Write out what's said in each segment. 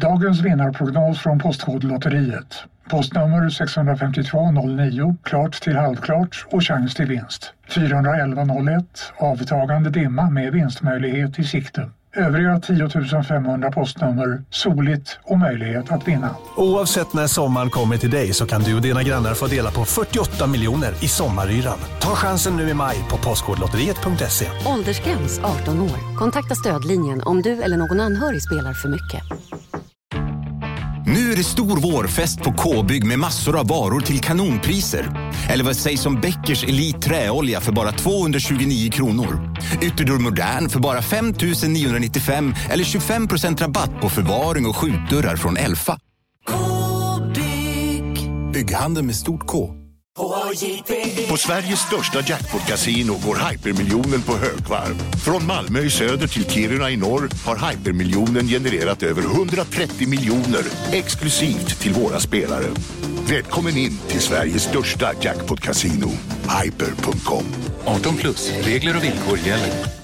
Dagens vinnarprognos från Postkodlotteriet. Postnummer 65209, klart till halvklart och chans till vinst. 41101, avtagande dimma med vinstmöjlighet i sikte. Övriga 10 500 postnummer, soligt och möjlighet att vinna. Oavsett när sommaren kommer till dig så kan du och dina grannar få dela på 48 miljoner i sommaryran. Ta chansen nu i maj på postkodlotteriet.se. Åldersgräns 18 år. Kontakta stödlinjen om du eller någon anhörig spelar för mycket. Nu är det stor vårfest på K-bygg med massor av varor till kanonpriser. Eller vad sägs om Bäckers Elite träolja för bara 229 kronor. Ytterdörr Modern för bara 5 995 eller 25% rabatt på förvaring och skjutdörrar från Elfa. K-bygg. Bygghandel med stort K. På Sveriges största jackpot-casino går hypermiljonen på högvarv. Från Malmö i söder till Kiruna i norr har hypermiljonen genererat över 130 miljoner exklusivt till våra spelare. Välkommen in till Sveriges största jackpot-casino, hyper.com. 18+, regler och villkor gäller.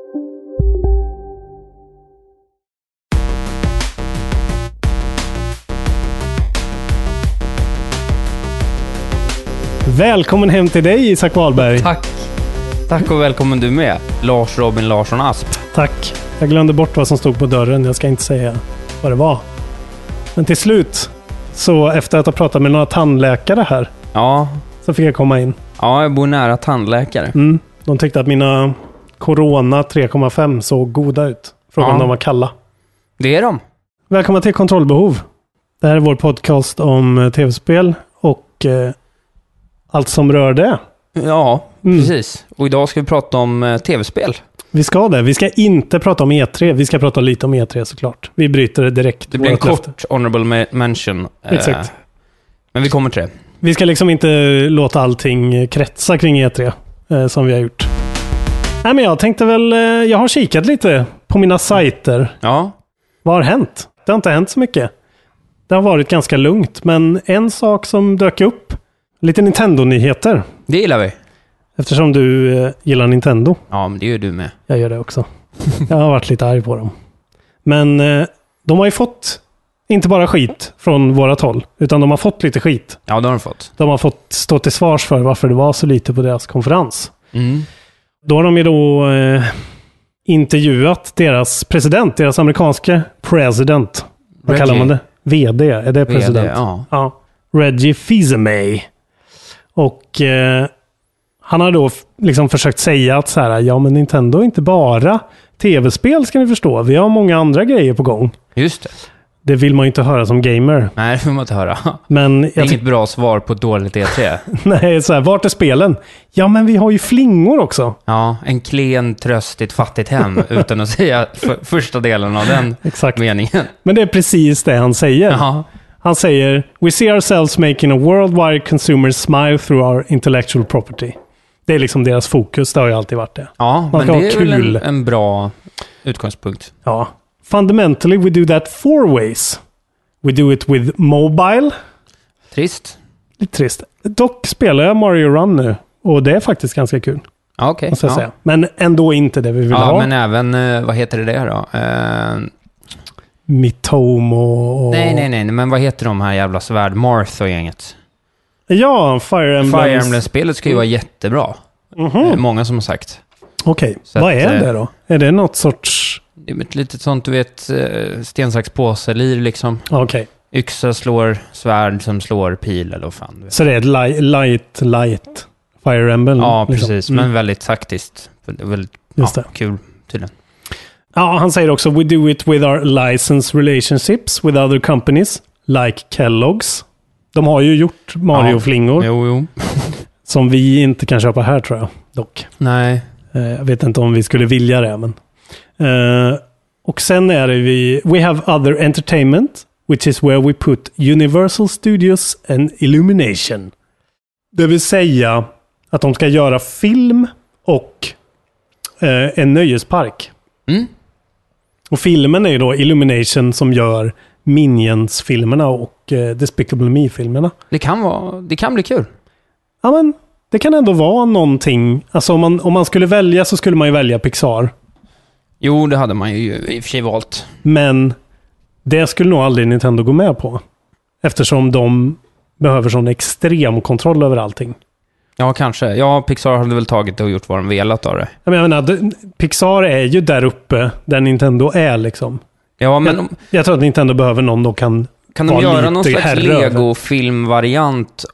Välkommen hem till dig, Isak Wahlberg. Tack och välkommen du med, Lars Robin Larsson Asp. Tack. Jag glömde bort vad som stod på dörren. Jag ska inte säga vad det var. Men till slut, så efter att ha pratat med några tandläkare här, så fick jag komma in. Ja, jag bor nära tandläkare. De tyckte att mina Corona 3,5 såg goda ut. Frågan om de var kalla. Det är de. Välkommen till Kontrollbehov. Det här är vår podcast om tv-spel och allt som rör det. Ja, precis. Och idag ska vi prata om tv-spel. Vi ska det. Vi ska inte prata om E3. Vi ska prata lite om E3 såklart. Vi bryter det direkt. Det blir en kort honorable mention. Exakt. Men vi kommer till det. Vi ska liksom inte låta allting kretsa kring E3 som vi har gjort. Nej, men jag tänkte väl... Jag har kikat lite på mina sajter. Ja. Vad har hänt? Det har inte hänt så mycket. Det har varit ganska lugnt. Men en sak som dök upp... Lite Nintendo-nyheter. Det gillar vi. Eftersom du gillar Nintendo. Ja, men det gör du med. Jag gör det också. Jag har varit lite arg på dem. Men de har ju fått inte bara skit från vårat håll. Utan de har fått lite skit. Ja, det har de fått. De har fått stå till svars för varför det var så lite på deras konferens. Då har de ju då intervjuat deras president. Deras amerikanska president. Vad kallar man det? VD. Är det president? Ja. Reggie Fils-Aimé. Och han har då liksom försökt säga att så här, ja men Nintendo är inte bara tv-spel ska ni förstå. Vi har många andra grejer på gång. Just det. Det vill man ju inte höra som gamer. Nej, det vill man inte höra. Men det är inget bra svar på ett dåligt E3. Nej, så här, vart är spelen? Ja, men vi har ju flingor också. Ja, en klen tröst i ett fattigt hem utan att säga första delen av den meningen. Men det är precis det han säger. Ja. Han säger, we see ourselves making a worldwide consumers smile through our intellectual property. Det är liksom deras fokus, det har ju alltid varit det. Ja, man men det är väl en bra utgångspunkt. Ja. Fundamentally, we do that 4 ways. We do it with mobile. Trist. Lite trist. Dock spelar jag Mario Run nu. Och det är faktiskt ganska kul. Okej. Säga. Men ändå inte det vi vill ha. Ja, men även, vad heter det då? Mitomo och... Nej, men vad heter de här jävla svärd? Marth och gänget. Ja, Fire Emblem-spelet ska ju vara jättebra. Många som har sagt. Okej, vad är det då? Är det något sorts... Det är ett litet sånt, du vet, stensaxpåse-lir liksom. Okej. Yxa slår svärd som slår pil eller vad fan. Så det är ett light Fire Emblem? Ja, precis. Liksom. Men väldigt taktiskt. Väldigt kul tydligen. Ja, han säger också, we do it with our license relationships with other companies like Kellogg's. De har ju gjort Mario-flingor. Jo. Som vi inte kan köpa här, tror jag. Dock. Nej. Jag vet inte om vi skulle vilja det, men... och sen är det we have other entertainment, which is where we put Universal Studios and Illumination. Det vill säga att de ska göra film och en nöjespark. Och filmen är ju då Illumination som gör Minions-filmerna och Despicable Me-filmerna. Det kan bli kul. Ja, men det kan ändå vara någonting. Alltså om man skulle välja så skulle man ju välja Pixar. Jo, det hade man ju i och för sig valt. Men Det skulle nog aldrig Nintendo gå med på. Eftersom de behöver sån extrem kontroll över allting. Ja, kanske. Ja, Pixar hade väl tagit det och gjort vad de velat av det. Jag menar, Pixar är ju där uppe där Nintendo är liksom. Ja, men jag tror att Nintendo behöver någon då kan de göra någon slags Lego-filmvariant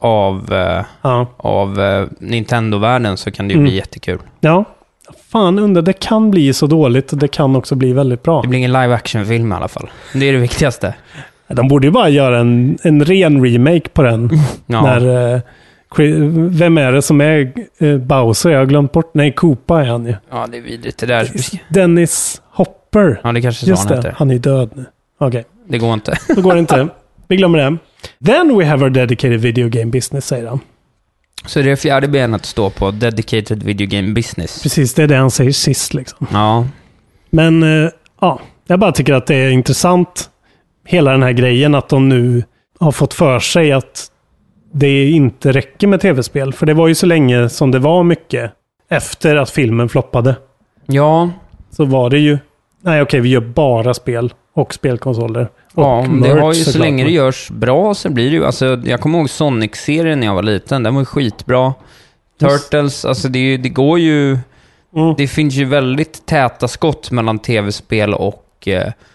av Nintendo-världen så kan det ju bli jättekul. Ja, fan undrar, det kan bli så dåligt och det kan också bli väldigt bra. Det blir ingen live-action-film i alla fall. Det är det viktigaste. De borde ju bara göra en ren remake på den. Ja. När, vem är det som är Bowser? Jag har glömt bort. Nej, Koopa är han ju. Ja, det är vidrigt det där. Dennis Hopper. Ja, det kanske just så han heter. Han är död nu. Okej. Det går inte. Det går inte. Vi glömmer det. Then we have our dedicated video game business, säger han. Så det är fjärde benet att stå på, dedicated video game business. Precis, det är det han säger sist liksom. Ja. Men jag bara tycker att det är intressant hela den här grejen att de nu har fått för sig att det inte räcker med tv-spel. För det var ju så länge som det var mycket efter att filmen floppade. Ja. Så var det ju, vi gör bara spel och spelkonsoler. Och ja, merch, det har ju så länge det görs bra så blir det ju, alltså jag kommer ihåg Sonic-serien när jag var liten, den var ju skitbra. Turtles, alltså det går ju, det finns ju väldigt täta skott mellan tv-spel och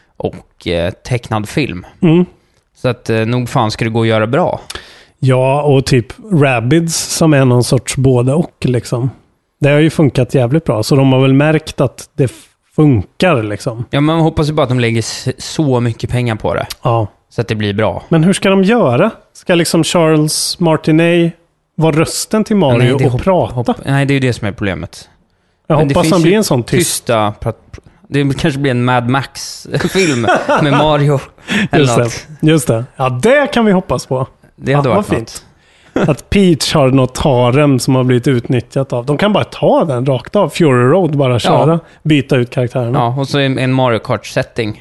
tecknad film. Så att nog fan ska det gå att göra bra. Ja, och typ Rabbids som är någon sorts både och liksom. Det har ju funkat jävligt bra, så de har väl märkt att det funkar liksom. Ja, men man hoppas ju bara att de lägger så mycket pengar på det. Ja. Så att det blir bra. Men hur ska de göra? Ska liksom Charles Martinet vara rösten till Mario och prata? Nej, det är ju det som är problemet. Jag hoppas han blir en sån tysta... Det kanske blir en Mad Max-film med Mario. Just det. Ja, det kan vi hoppas på. Det hade varit fint. Att Peach har något harem som har blivit utnyttjat av. De kan bara ta den rakt av. Fury Road, bara köra. Byta ut karaktärerna. Ja, och så en Mario Kart-setting.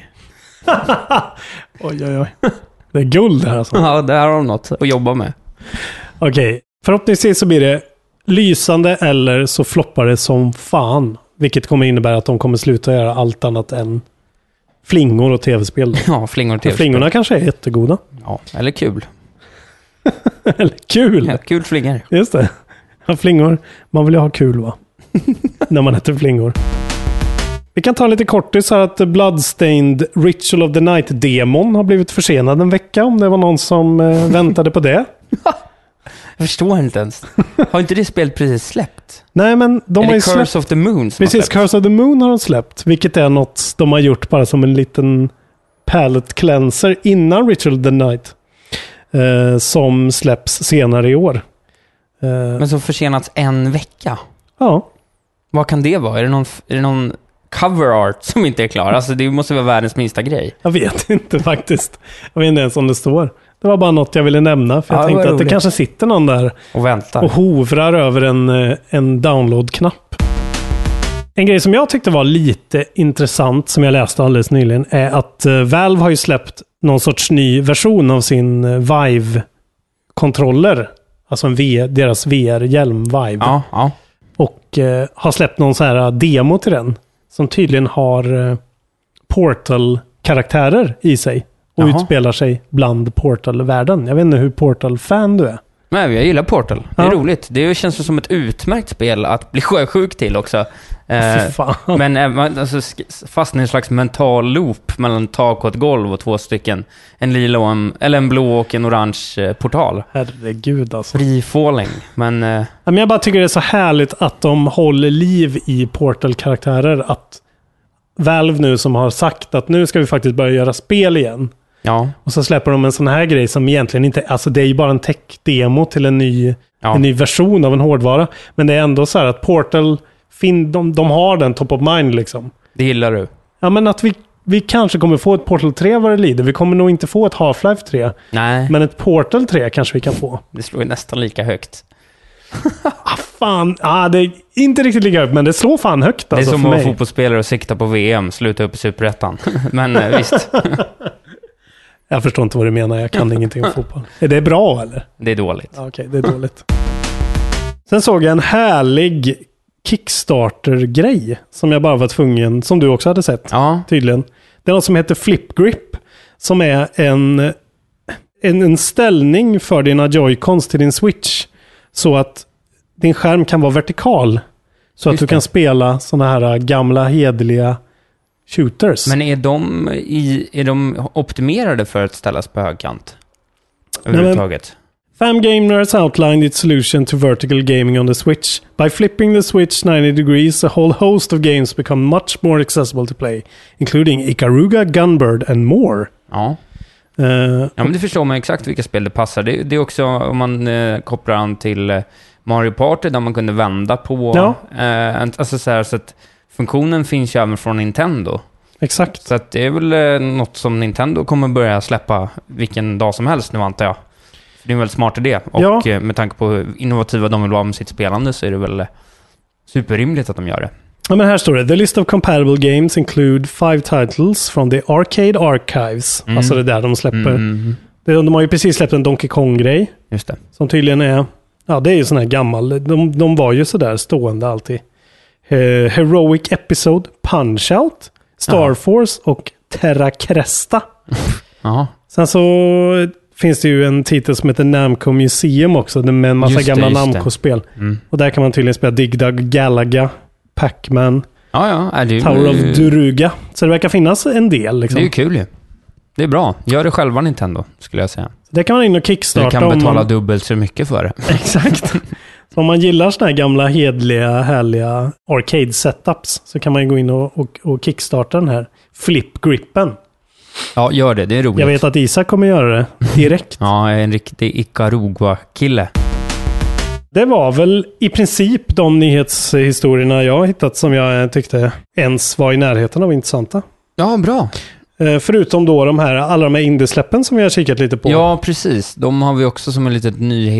Oj. Det är guld här alltså. Ja, det här har de något att jobba med. Okej. Förhoppningsvis så blir det lysande eller så floppar det som fan. Vilket kommer innebära att de kommer sluta göra allt annat än flingor och tv-spel. Ja, flingor och tv-spel. Flingorna kanske är jättegoda. Ja, eller kul. Eller kul. Ja, kul flingor. Just det. Ja, flingor. Man vill ju ha kul, va? När man äter flingor. Vi kan ta lite kortis här att Bloodstained Ritual of the Night-demon har blivit försenad en vecka. Om det var någon som väntade på det. Jag förstår inte ens. Har inte det spelet precis släppt? Nej, men de har ju släppt... Curse of the Moon som precis, Curse of the Moon har de släppt. Vilket är något de har gjort bara som en liten palette cleanser innan Ritual of the Night. Som släpps senare i år. Men som försenats en vecka? Ja. Vad kan det vara? Är det någon cover art som inte är klar? Alltså det måste vara världens minsta grej. Jag vet inte faktiskt. Jag vet inte ens om det står. Det var bara något jag ville nämna. För jag tänkte att det kanske sitter någon där och väntar. Och hovrar över en download-knapp. En grej som jag tyckte var lite intressant som jag läste alldeles nyligen är att Valve har ju släppt någon sorts ny version av sin Vive-kontroller. Alltså deras VR-hjälm Vive. Ja. Och har släppt någon så här demo till den som tydligen har Portal-karaktärer i sig. Och utspelar sig bland Portal-världen. Jag vet inte hur Portal-fan du är. Nej, jag gillar Portal. Det är roligt. Det känns som ett utmärkt spel att bli sjösjuk till också. Men alltså, fastnar i en slags mental loop mellan tak och ett golv och två stycken. En lila och en blå och en orange portal. Herregud alltså. Free falling. Men jag bara tycker det är så härligt att de håller liv i Portal-karaktärer. Att Valve nu som har sagt att nu ska vi faktiskt börja göra spel igen. Ja. Och så släpper de en sån här grej som egentligen inte... Alltså det är ju bara en tech-demo till en ny version av en hårdvara. Men det är ändå så här att Portal... De har den top of mind liksom. Det gillar du. Ja, men att vi kanske kommer få ett Portal 3 vad det lider. Vi kommer nog inte få ett Half-Life 3. Nej. Men ett Portal 3 kanske vi kan få. Det slår ju nästan lika högt. Det är inte riktigt lika högt, men det slår fan högt. Alltså, det är som att vara fotbollsspelare och sikta på VM. Sluta upp i Superettan. Men visst. Jag förstår inte vad du menar. Jag kan ingenting om fotboll. Är det bra eller? Det är dåligt. Okej, det är dåligt. Sen såg jag en härlig Kickstarter-grej som jag bara var tvungen, som du också hade sett tydligen. Det är något som heter Flip Grip som är en ställning för dina Joy-Cons till din Switch. Så att din skärm kan vara vertikal. Så att du kan spela såna här gamla hederliga shooters. Men är de optimerade för att ställas på högkant? Överhuvudtaget? Famgamer has outlined its solution to vertical gaming on the Switch. By flipping the Switch 90 degrees, a whole host of games become much more accessible to play, including Ikaruga, Gunbird and more. Ja. Men det förstår man exakt vilka spel det passar. Det är också om man kopplar an till Mario Party där man kunde vända på. Ja. Alltså så att funktionen finns ju även från Nintendo. Exakt. Så att det är väl något som Nintendo kommer börja släppa vilken dag som helst nu, antar jag. För det är en väldigt smart idé. Och med tanke på hur innovativa de vill vara med sitt spelande så är det väl superrimligt att de gör det. Ja, men här står det: The list of compatible games include 5 titles from the Arcade Archives. Alltså det där de släpper. De har ju precis släppt en Donkey Kong-grej. Just det. Som tydligen är... Ja, det är ju sån här gammal... De var ju så där stående alltid. Heroic Episode, Punch-Out, Star Force och Terra Cresta. Sen så finns det ju en titel som heter Namco Museum också, med en massa gamla Namco-spel. Och där kan man tydligen spela Dig Dug Galaga, Pac-Man, Tower of Duruga. Så det verkar finnas en del. Liksom. Det är ju kul ju. Det är bra. Gör det själva Nintendo, skulle jag säga. Det kan man in och kickstarta. Du kan betala dubbelt så mycket för det. Exakt. Så om man gillar såna här gamla, hedliga, härliga arcade-setups så kan man ju gå in och kickstarta den här Flip-grippen. Ja, gör det. Det är roligt. Jag vet att Isak kommer göra det direkt. Ja, en riktig Ikaruga-kille. Det var väl i princip de nyhetshistorierna jag har hittat som jag tyckte ens var i närheten av intressanta. Ja, bra. Förutom då alla de här indiesläppen som vi har kikat lite på. Ja, precis. De har vi också som en litet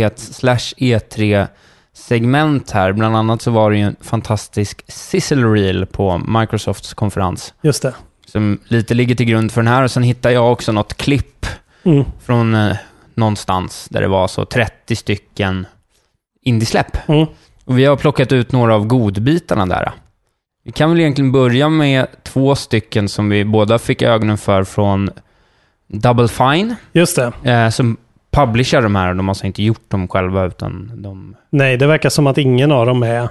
nyhets/E3-segment här. Bland annat så var det ju en fantastisk sizzle reel på Microsofts konferens. Just det. Som lite ligger till grund för den här. Och sen hittade jag också något klipp från någonstans där det var så 30 stycken indiesläpp. Och vi har plockat ut några av godbitarna där. Vi kan väl egentligen börja med 2 stycken som vi båda fick ögonen för från Double Fine. Just det. Som publicerar de här. De har alltså inte gjort dem själva utan de... Nej, det verkar som att ingen av dem är...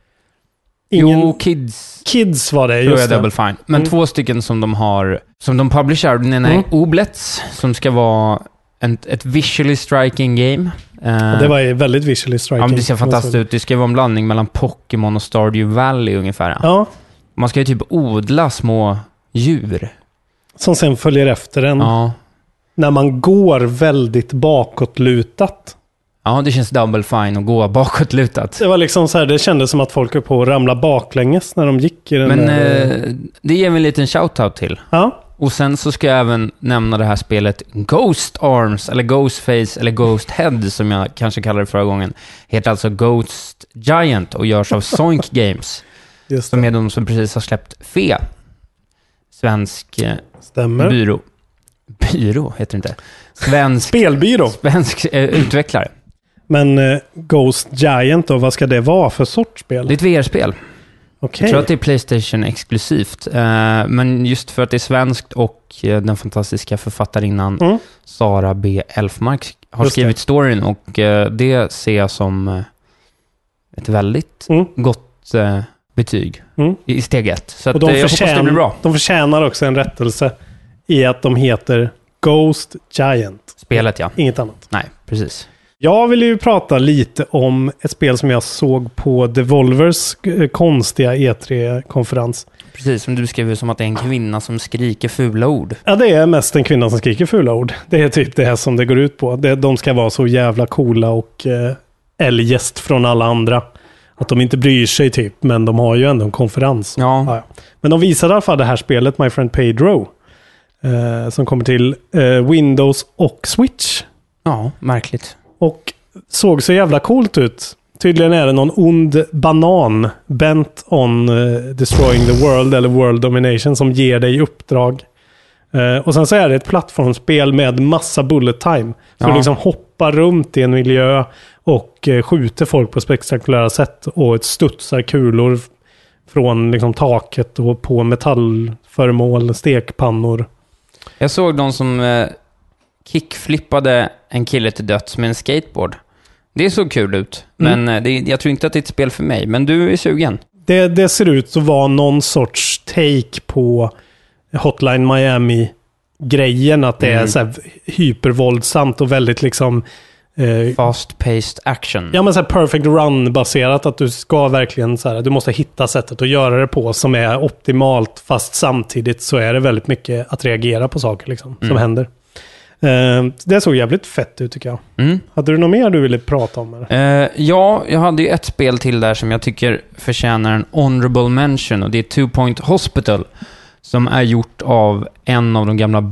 Jo, Kids var det, just det. Double Fine. Men 2 stycken som de har... Som de publicerar. Den ena är Oblets som ska vara ett visually striking game. Det var ju väldigt visually striking. Ja, men det ser fantastiskt ut. Det ska vara en blandning mellan Pokémon och Stardew Valley ungefär. Ja. Man ska ju typ odla små djur. Som sen följer efter en. Ja. När man går väldigt bakåtlutat. Ja, det känns Double Fine att gå bakåtlutat. Det var liksom så här, det kändes som att folk var på att ramla baklänges när de gick i den. Men det ger mig en liten shoutout till. Ja. Och sen så ska jag även nämna det här spelet Ghost Arms, eller Ghostface, eller Ghost Head som jag kanske kallade det förra gången. Heter alltså Ghost Giant och görs av Zoink Games. Just som är de som precis har släppt Fe. Svensk Stämmer. Byrå heter det inte. Svensk spelbyrå. Svensk utvecklare. Men Ghost Giant då, vad ska det vara för sorts spel? Det är ett VR-spel. Okay. Jag tror att det är PlayStation exklusivt. Men just för att det är svenskt och den fantastiska författarinnan Sara B. Elfmark har skrivit storyn och det ser jag som ett väldigt gott betyg i steg 1. Så att, jag hoppas det blir bra. De förtjänar också en rättelse i att de heter Ghost Giant. Spelet, ja. Inget annat. Nej, precis. Jag vill ju prata lite om ett spel som jag såg på Devolvers konstiga E3-konferens. Precis, som du beskrev som att det är en kvinna som skriker fula ord. Ja, det är mest en kvinna som skriker fula ord. Det är typ det här som det går ut på. De ska vara så jävla coola och eljest från alla andra. Att de inte bryr sig typ, men de har ju ändå en konferens. Ja. Men de visade i alla fall det här spelet, My Friend Pedro. Som kommer till Windows och Switch. Ja, märkligt. Och såg så jävla coolt ut. Tydligen är det någon ond banan bent on destroying the world eller world domination som ger dig uppdrag. Och sen så är det ett plattformsspel med massa bullet time. Så du liksom hoppar runt i en miljö och skjuter folk på spektakulära sätt och studsar kulor från liksom taket och på metallföremål, stekpannor. Jag såg de som kickflippade en kille till döds med en skateboard. Det såg kul ut, men jag tror inte att det är ett spel för mig. Men du är sugen. Det ser ut att vara någon sorts take på Hotline Miami-grejen, att det är så här hypervåldsamt och väldigt liksom fast-paced action. Ja, men så här perfect run-baserat, att du ska verkligen så här, du måste hitta sättet att göra det på som är optimalt, fast samtidigt så är det väldigt mycket att reagera på saker liksom, som händer. Det såg jävligt fett ut tycker jag. Hade du något mer du ville prata om? Ja, jag hade ju ett spel till där som jag tycker förtjänar en honorable mention, och det är 2 Point Hospital, som är gjort av en av de gamla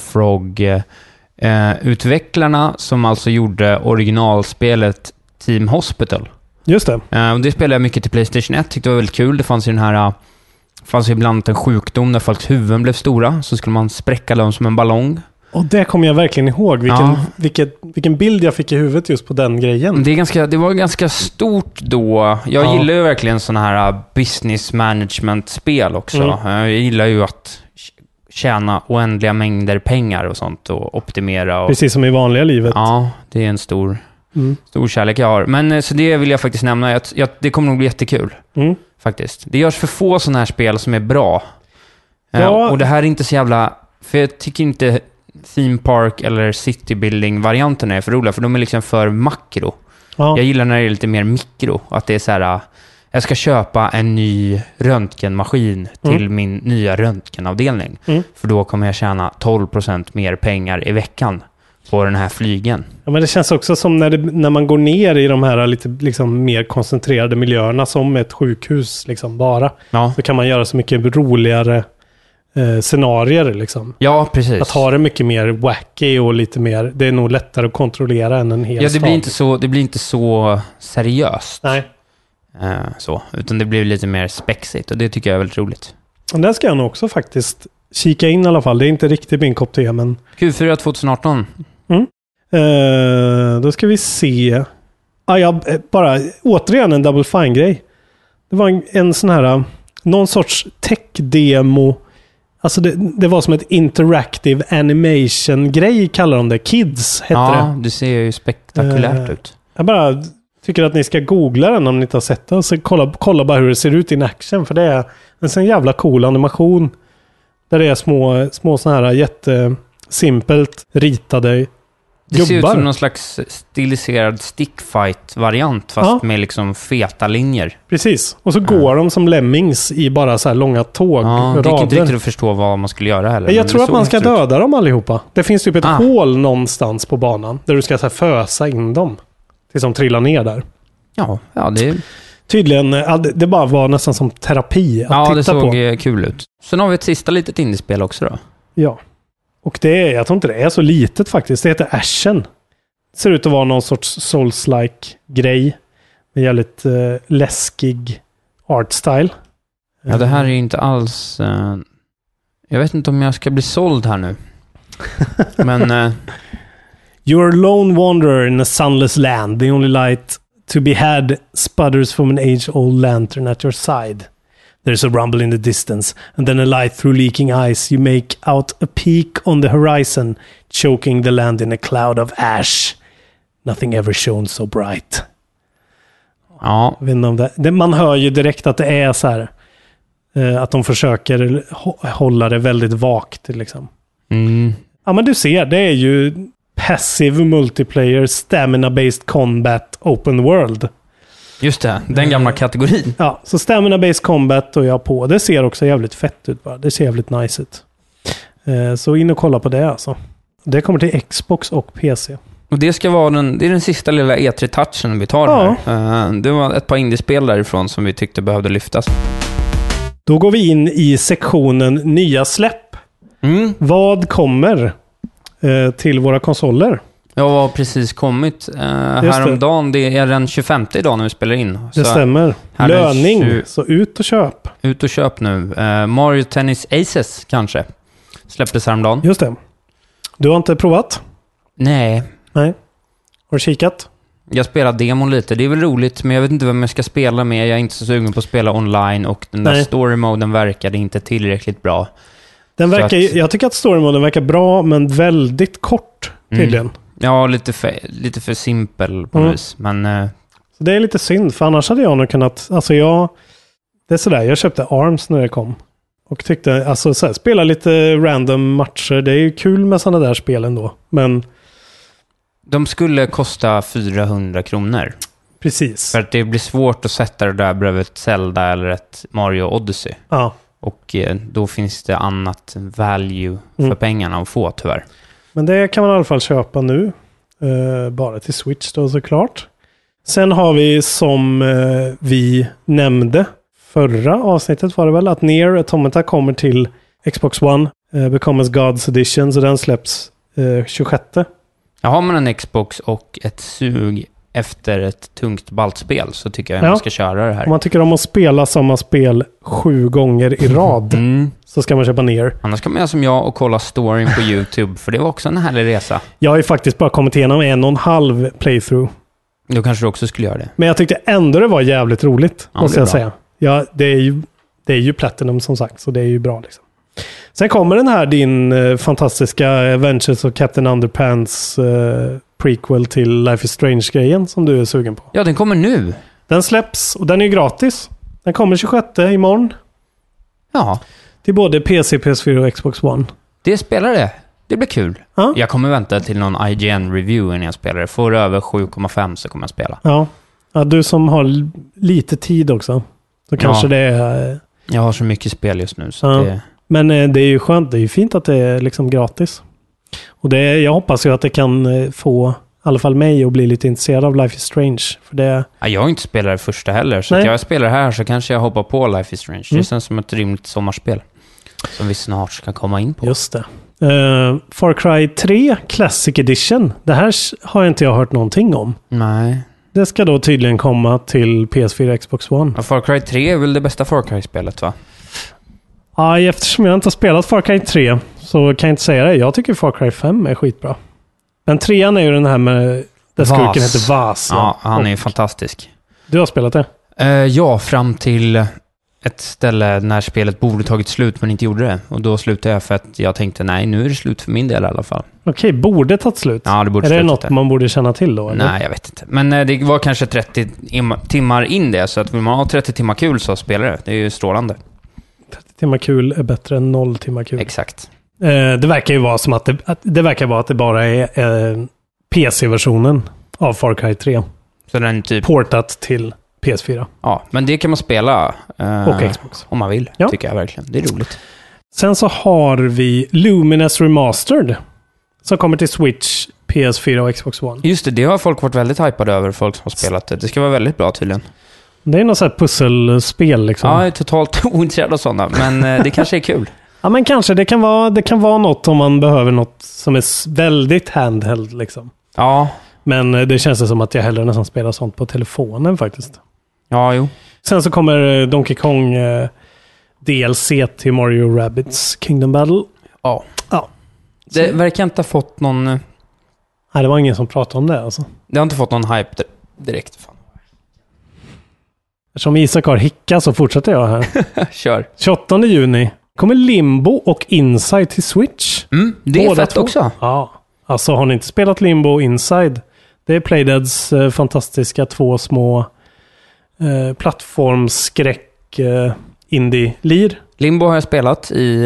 Bullfrog-utvecklarna som alltså gjorde originalspelet Team Hospital. Just det. Och det spelade jag mycket till PlayStation 1, tyckte det var väldigt kul. Det fanns ju ibland en sjukdom där folks huvuden blev stora, så skulle man spräcka dem som en ballong. Och det kommer jag verkligen ihåg. Vilken bild jag fick i huvudet just på den grejen. Det var ganska stort då. Jag gillar ju verkligen såna här business management-spel också. Jag gillar ju att tjäna oändliga mängder pengar och sånt och optimera. Precis som i vanliga livet. Ja, det är en stor kärlek jag har. Men så det vill jag faktiskt nämna. Det kommer nog bli jättekul. Faktiskt. Det görs för få såna här spel som är bra. Och det här är inte så jävla... För jag tycker inte theme park eller city building varianterna är för roliga, för de är liksom för makro. Jag gillar när det är lite mer mikro, att det är så här, jag ska köpa en ny röntgenmaskin till min nya röntgenavdelning, för då kommer jag tjäna 12% mer pengar i veckan på den här flygen. Ja, men det känns också som när man går ner i de här lite liksom mer koncentrerade miljöerna, som ett sjukhus liksom bara, så kan man göra så mycket roligare scenarier liksom. Ja, precis. Att ha det mycket mer wacky och lite mer, det är nog lättare att kontrollera än en hel stad. Det blir inte så seriöst. Nej. Utan det blir lite mer spexigt, och det tycker jag är väldigt roligt. Och där ska jag nog också faktiskt kika in i alla fall. Det är inte riktigt min kopp te, men... Q4 2018. Då ska vi se. Bara återigen en Double Fine-grej. Det var en sån här, någon sorts tech-demo. Alltså det var som ett interactive animation-grej, kallar de det. Kids heter det. Ja, det ser ju spektakulärt ut. Jag bara tycker att ni ska googla den om ni inte har sett det. Så kolla bara hur det ser ut in action. För det är en sån jävla cool animation. Där det är små såna här jättesimpelt ritade det gubbar. Ser ut som någon slags stiliserad stickfight-variant, fast med liksom feta linjer. Precis. Och så går de som lemmings i bara så här långa tåg. Det gick inte riktigt att förstå vad man skulle göra heller. Jag tror att man ska döda dem allihopa. Det finns typ ett hål någonstans på banan där du ska så här fösa in dem tills de trillar ner där. Ja, det... Tydligen, det bara var nästan som terapi att titta på. Ja, det såg kul ut. Sen har vi ett sista litet indiespel också då. Ja. Och jag tror inte det är så litet faktiskt. Det heter Ashen. Det ser ut att vara någon sorts Souls-like grej. Med jävligt läskig art-style. Ja, det här är ju inte alls... jag vet inte om jag ska bli såld här nu. Men... You're a lone wanderer in a sunless land. The only light to be had sputters from an age-old lantern at your side. There's a rumble in the distance, and then a light through leaking eyes. You make out a peak on the horizon, choking the land in a cloud of ash. Nothing ever shone so bright. Ja. Jag vet inte om det, man hör ju direkt att det är så här, att de försöker hålla det väldigt vagt liksom. Ja, men du ser, det är ju passive multiplayer, stamina-based combat, open world. Just det, den gamla kategorin. Ja, så stamina-based combat och jag på. Det ser också jävligt fett ut bara. Det ser jävligt nice ut. Så in och kolla på det alltså. Det kommer till Xbox och PC. Och det ska vara det är den sista lilla E3-touchen vi tar här. Det var ett par indiespel därifrån som vi tyckte behövde lyftas. Då går vi in i sektionen nya släpp. Vad kommer till våra konsoler? Jag har precis kommit häromdagen. Det är den 25 idag när vi spelar in. Det stämmer. Löning. Så ut och köp. Ut och köp nu. Mario Tennis Aces kanske. Släpptes häromdagen. Just det. Du har inte provat? Nej. Har du kikat? Jag spelar demon lite. Det är väl roligt, men jag vet inte vem jag ska spela med. Jag är inte så sugen på att spela online, och den där story-moden verkade inte tillräckligt bra. Den verkar, jag tycker att storymoden verkar bra, men väldigt kort tydligen. Ja, lite för simpel på något vis. Men, så det är lite synd, för annars hade jag nog kunnat... Alltså det är sådär, jag köpte ARMS när det kom. Och tyckte, alltså så här, spela lite random matcher. Det är ju kul med sådana där spel ändå. Men... De skulle kosta 400 kronor. Precis. För att det blir svårt att sätta det där bredvid ett Zelda eller ett Mario Odyssey. Ja. Och då finns det annat value för pengarna att få, tyvärr. Men det kan man i alla fall köpa nu. Bara till Switch då, såklart. Sen har vi, som vi nämnde förra avsnittet, var det väl, att Nier Automata kommer till Xbox One. Becomes God's Edition, så den släpps 26. Ja, har man en Xbox och ett sug efter ett tungt baltspel, så tycker jag man ska köra det här. Om man tycker om att spela samma spel 7 gånger i rad så ska man köpa Nier. Annars kan man göra som jag och kolla storyn på YouTube, för det var också en härlig resa. Jag har ju faktiskt bara kommit igenom 1,5 playthrough. Då kanske du också skulle göra det. Men jag tyckte ändå det var jävligt roligt, måste jag säga. Ja, det är ju Platinum som sagt, så det är ju bra liksom. Sen kommer den här din fantastiska Adventures of Captain Underpants prequel till Life is Strange-grejen som du är sugen på. Ja, den kommer nu. Den släpps och den är gratis. Den kommer 26 imorgon. Ja. Till både PC, PS4 och Xbox One. Det spelar det. Det blir kul. Ja. Jag kommer vänta till någon IGN-review innan jag spelar det. Får över 7,5 så kommer jag spela. Ja, du som har lite tid också. Så kanske det är... Jag har så mycket spel just nu. Så det... Men det är ju skönt. Det är ju fint att det är liksom gratis. Och jag hoppas ju att det kan få i alla fall mig att bli lite intresserad av Life is Strange. För det... Ja, jag har inte spelat det första heller. Så att jag spelar här så kanske jag hoppar på Life is Strange. Det känns som ett rimligt sommarspel. Som vi snart ska komma in på. Just det. Far Cry 3 Classic Edition. Det här har inte jag hört någonting om. Nej. Det ska då tydligen komma till PS4 Xbox One. Ja, Far Cry 3 är väl det bästa Far Cry-spelet, va? Ja, eftersom jag inte har spelat Far Cry 3 så kan jag inte säga det. Jag tycker Far Cry 5 är skitbra. Men 3an är ju den här med där skurken heter Vas. Ja, han är ju fantastisk. Du har spelat det? Ja, fram till ett ställe när spelet borde tagit slut men inte gjorde det. Och då slutade jag för att jag tänkte, nej, nu är det slut för min del i alla fall. Okej, borde tagit slut? Ja, det borde Är det något man borde känna till då? Eller? Nej, jag vet inte. Men det var kanske 30 timmar in det, så att vill man ha 30 timmar kul så spelar det. Det är ju strålande. 30 timmar kul är bättre än 0 timmar kul. Exakt. Det verkar ju vara som att det verkar vara att det bara är PC-versionen av Far Cry 3. Så den typ... portat till PS4. Ja, men det kan man spela och Xbox. Om man vill, tycker jag verkligen. Det är roligt. Sen så har vi Luminous Remastered som kommer till Switch, PS4 och Xbox One. Just det har folk varit väldigt hypade över, folk som har spelat det. Det ska vara väldigt bra tydligen. Det är något sånt här pusselspel liksom. Ja, jag är totalt ointresserad av sådana, men det kanske är kul. Ja, men kanske. Det kan vara något om man behöver något som är väldigt handheld liksom. Ja. Men det känns som att jag hellre nästan spelar sånt på telefonen faktiskt. Ja, jo. Sen så kommer Donkey Kong DLC till Mario Rabbids Kingdom Battle. Ja. Det verkar inte ha fått någon... Nej, det var ingen som pratade om det alltså. Det har inte fått någon hype direkt. Fan. Eftersom Isak har hicka så fortsätter jag här. Kör. 28 juni kommer Limbo och Inside till Switch. Det är båda fett också. Ja. Alltså har ni inte spelat Limbo och Inside? Det är Playdeads fantastiska 2 små plattformsskräck indie-lir. Limbo har jag spelat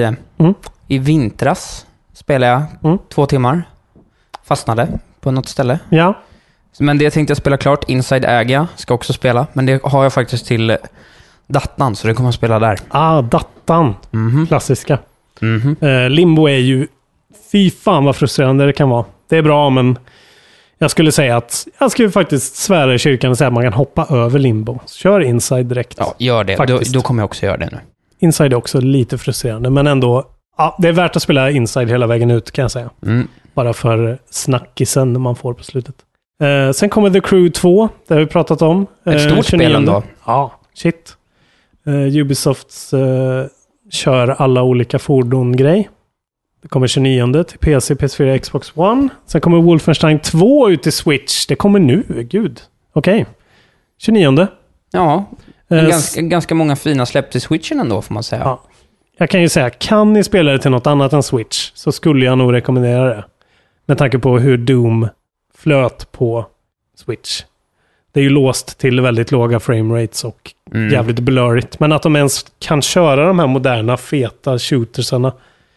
i vintras. Spelade jag 2 timmar. Fastnade på något ställe. Ja. Men det tänkte jag spela klart. Inside äga ska också spela. Men det har jag faktiskt till dattan, så det kommer jag spela där. Dattan. Klassiska. Limbo är ju... Fy fan vad frustrerande det kan vara. Det är bra, men jag skulle säga att jag skulle faktiskt svära i kyrkan och säga att man kan hoppa över Limbo. Kör Inside direkt. Ja, gör det. Då kommer jag också göra det nu. Inside är också lite frustrerande, men ändå... Ja, det är värt att spela Inside hela vägen ut, kan jag säga. Bara för snackisen man får på slutet. Sen kommer The Crew 2, det har vi pratat om. Ett stort spel ändå. Ja, shit. Ubisofts kör alla olika fordon-grej. Det kommer 29 till PC, PS4, Xbox One. Sen kommer Wolfenstein 2 ut i Switch. Det kommer nu, gud. Okej. 29. Ja, ganska många fina släpp till Switchen ändå, får man säga. Ja. Jag kan ju säga, kan ni spela det till något annat än Switch så skulle jag nog rekommendera det. Med tanke på hur Doom flöt på Switch. Det är ju låst till väldigt låga framerates och jävligt blurrigt. Men att de ens kan köra de här moderna, feta shootersarna.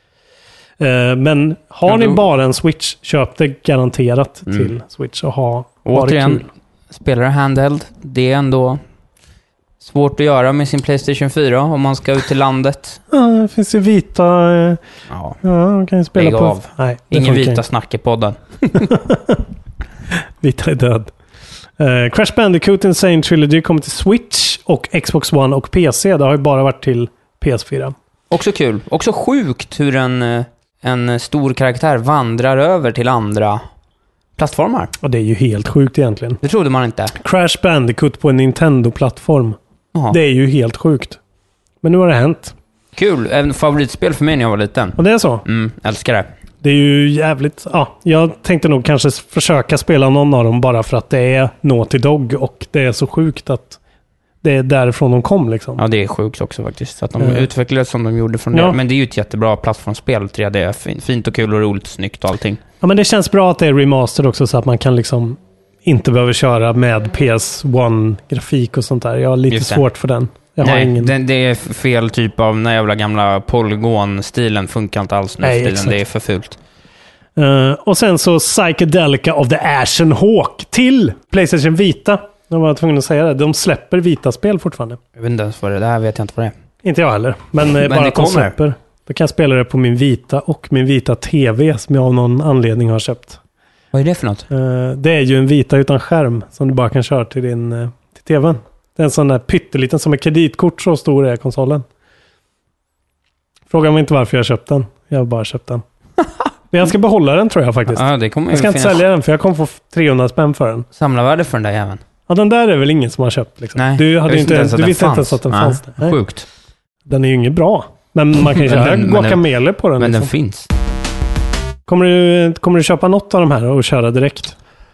Men har ni bara en Switch, köp det garanterat till Switch och ha det kul. Spelar handheld, det är ändå svårt att göra med sin PlayStation 4 om man ska ut till landet. Ja, det finns ju vita... Ja, man kan ju spela på... Av. Nej, ingen vita snack i podden. Vita är död. Crash Bandicoot Insane Trilogy kommer till Switch och Xbox One och PC. Det har ju bara varit till PS4. Också kul. Också sjukt hur en stor karaktär vandrar över till andra plattformar. Och det är ju helt sjukt egentligen. Det trodde man inte. Crash Bandicoot på en Nintendo-plattform. Aha. Det är ju helt sjukt. Men nu har det hänt. Kul. En favoritspel för mig när jag var liten. Och det är så? Älskar det. Det är ju jävligt... Ja, jag tänkte nog kanske försöka spela någon av dem bara för att det är Naughty Dog och det är så sjukt att det är därifrån de kom liksom. Ja, det är sjukt också faktiskt. Att de utvecklades som de gjorde från det. Men det är ju ett jättebra plattformsspel. 3D, fint och kul och roligt, snyggt och allting. Ja, men det känns bra att det är remastered också så att man kan liksom inte behöver köra med PS1-grafik och sånt där. Jag har lite svårt för den. Det är fel typ av den jävla gamla polygon-stilen funkar inte alls nu för tiden. Det är för fult. Och sen så Psychedelica of the Ashen Hawk till PlayStation Vita. Jag var tvungen att säga det. De släpper vita spel fortfarande. Jag vet inte ens vad det är. vet jag inte vad det är. Inte jag heller. Men bara att de släpper. Då kan jag spela det på min vita och min vita TV som jag av någon anledning har köpt. Vad är det för något? Det är ju en vita utan skärm som du bara kan köra till din till TVn. Det är en sån där pytteliten som är kreditkort, så stor är konsolen. Fråga mig inte varför jag köpt den. Jag har bara köpt den. Men jag ska behålla den tror jag faktiskt. Ja, det kommer jag ska inte sälja den för jag kommer få 300 spänn för den. Samlarvärde för den där jäveln. Ja, den där är väl ingen som har köpt liksom. Nej, du visste inte ens att den fanns. Nej. Sjukt. Den är ju inget bra. Men man kan ju köra guacamele på den. Men liksom. Den finns. Kommer du köpa något av de här och köra direkt?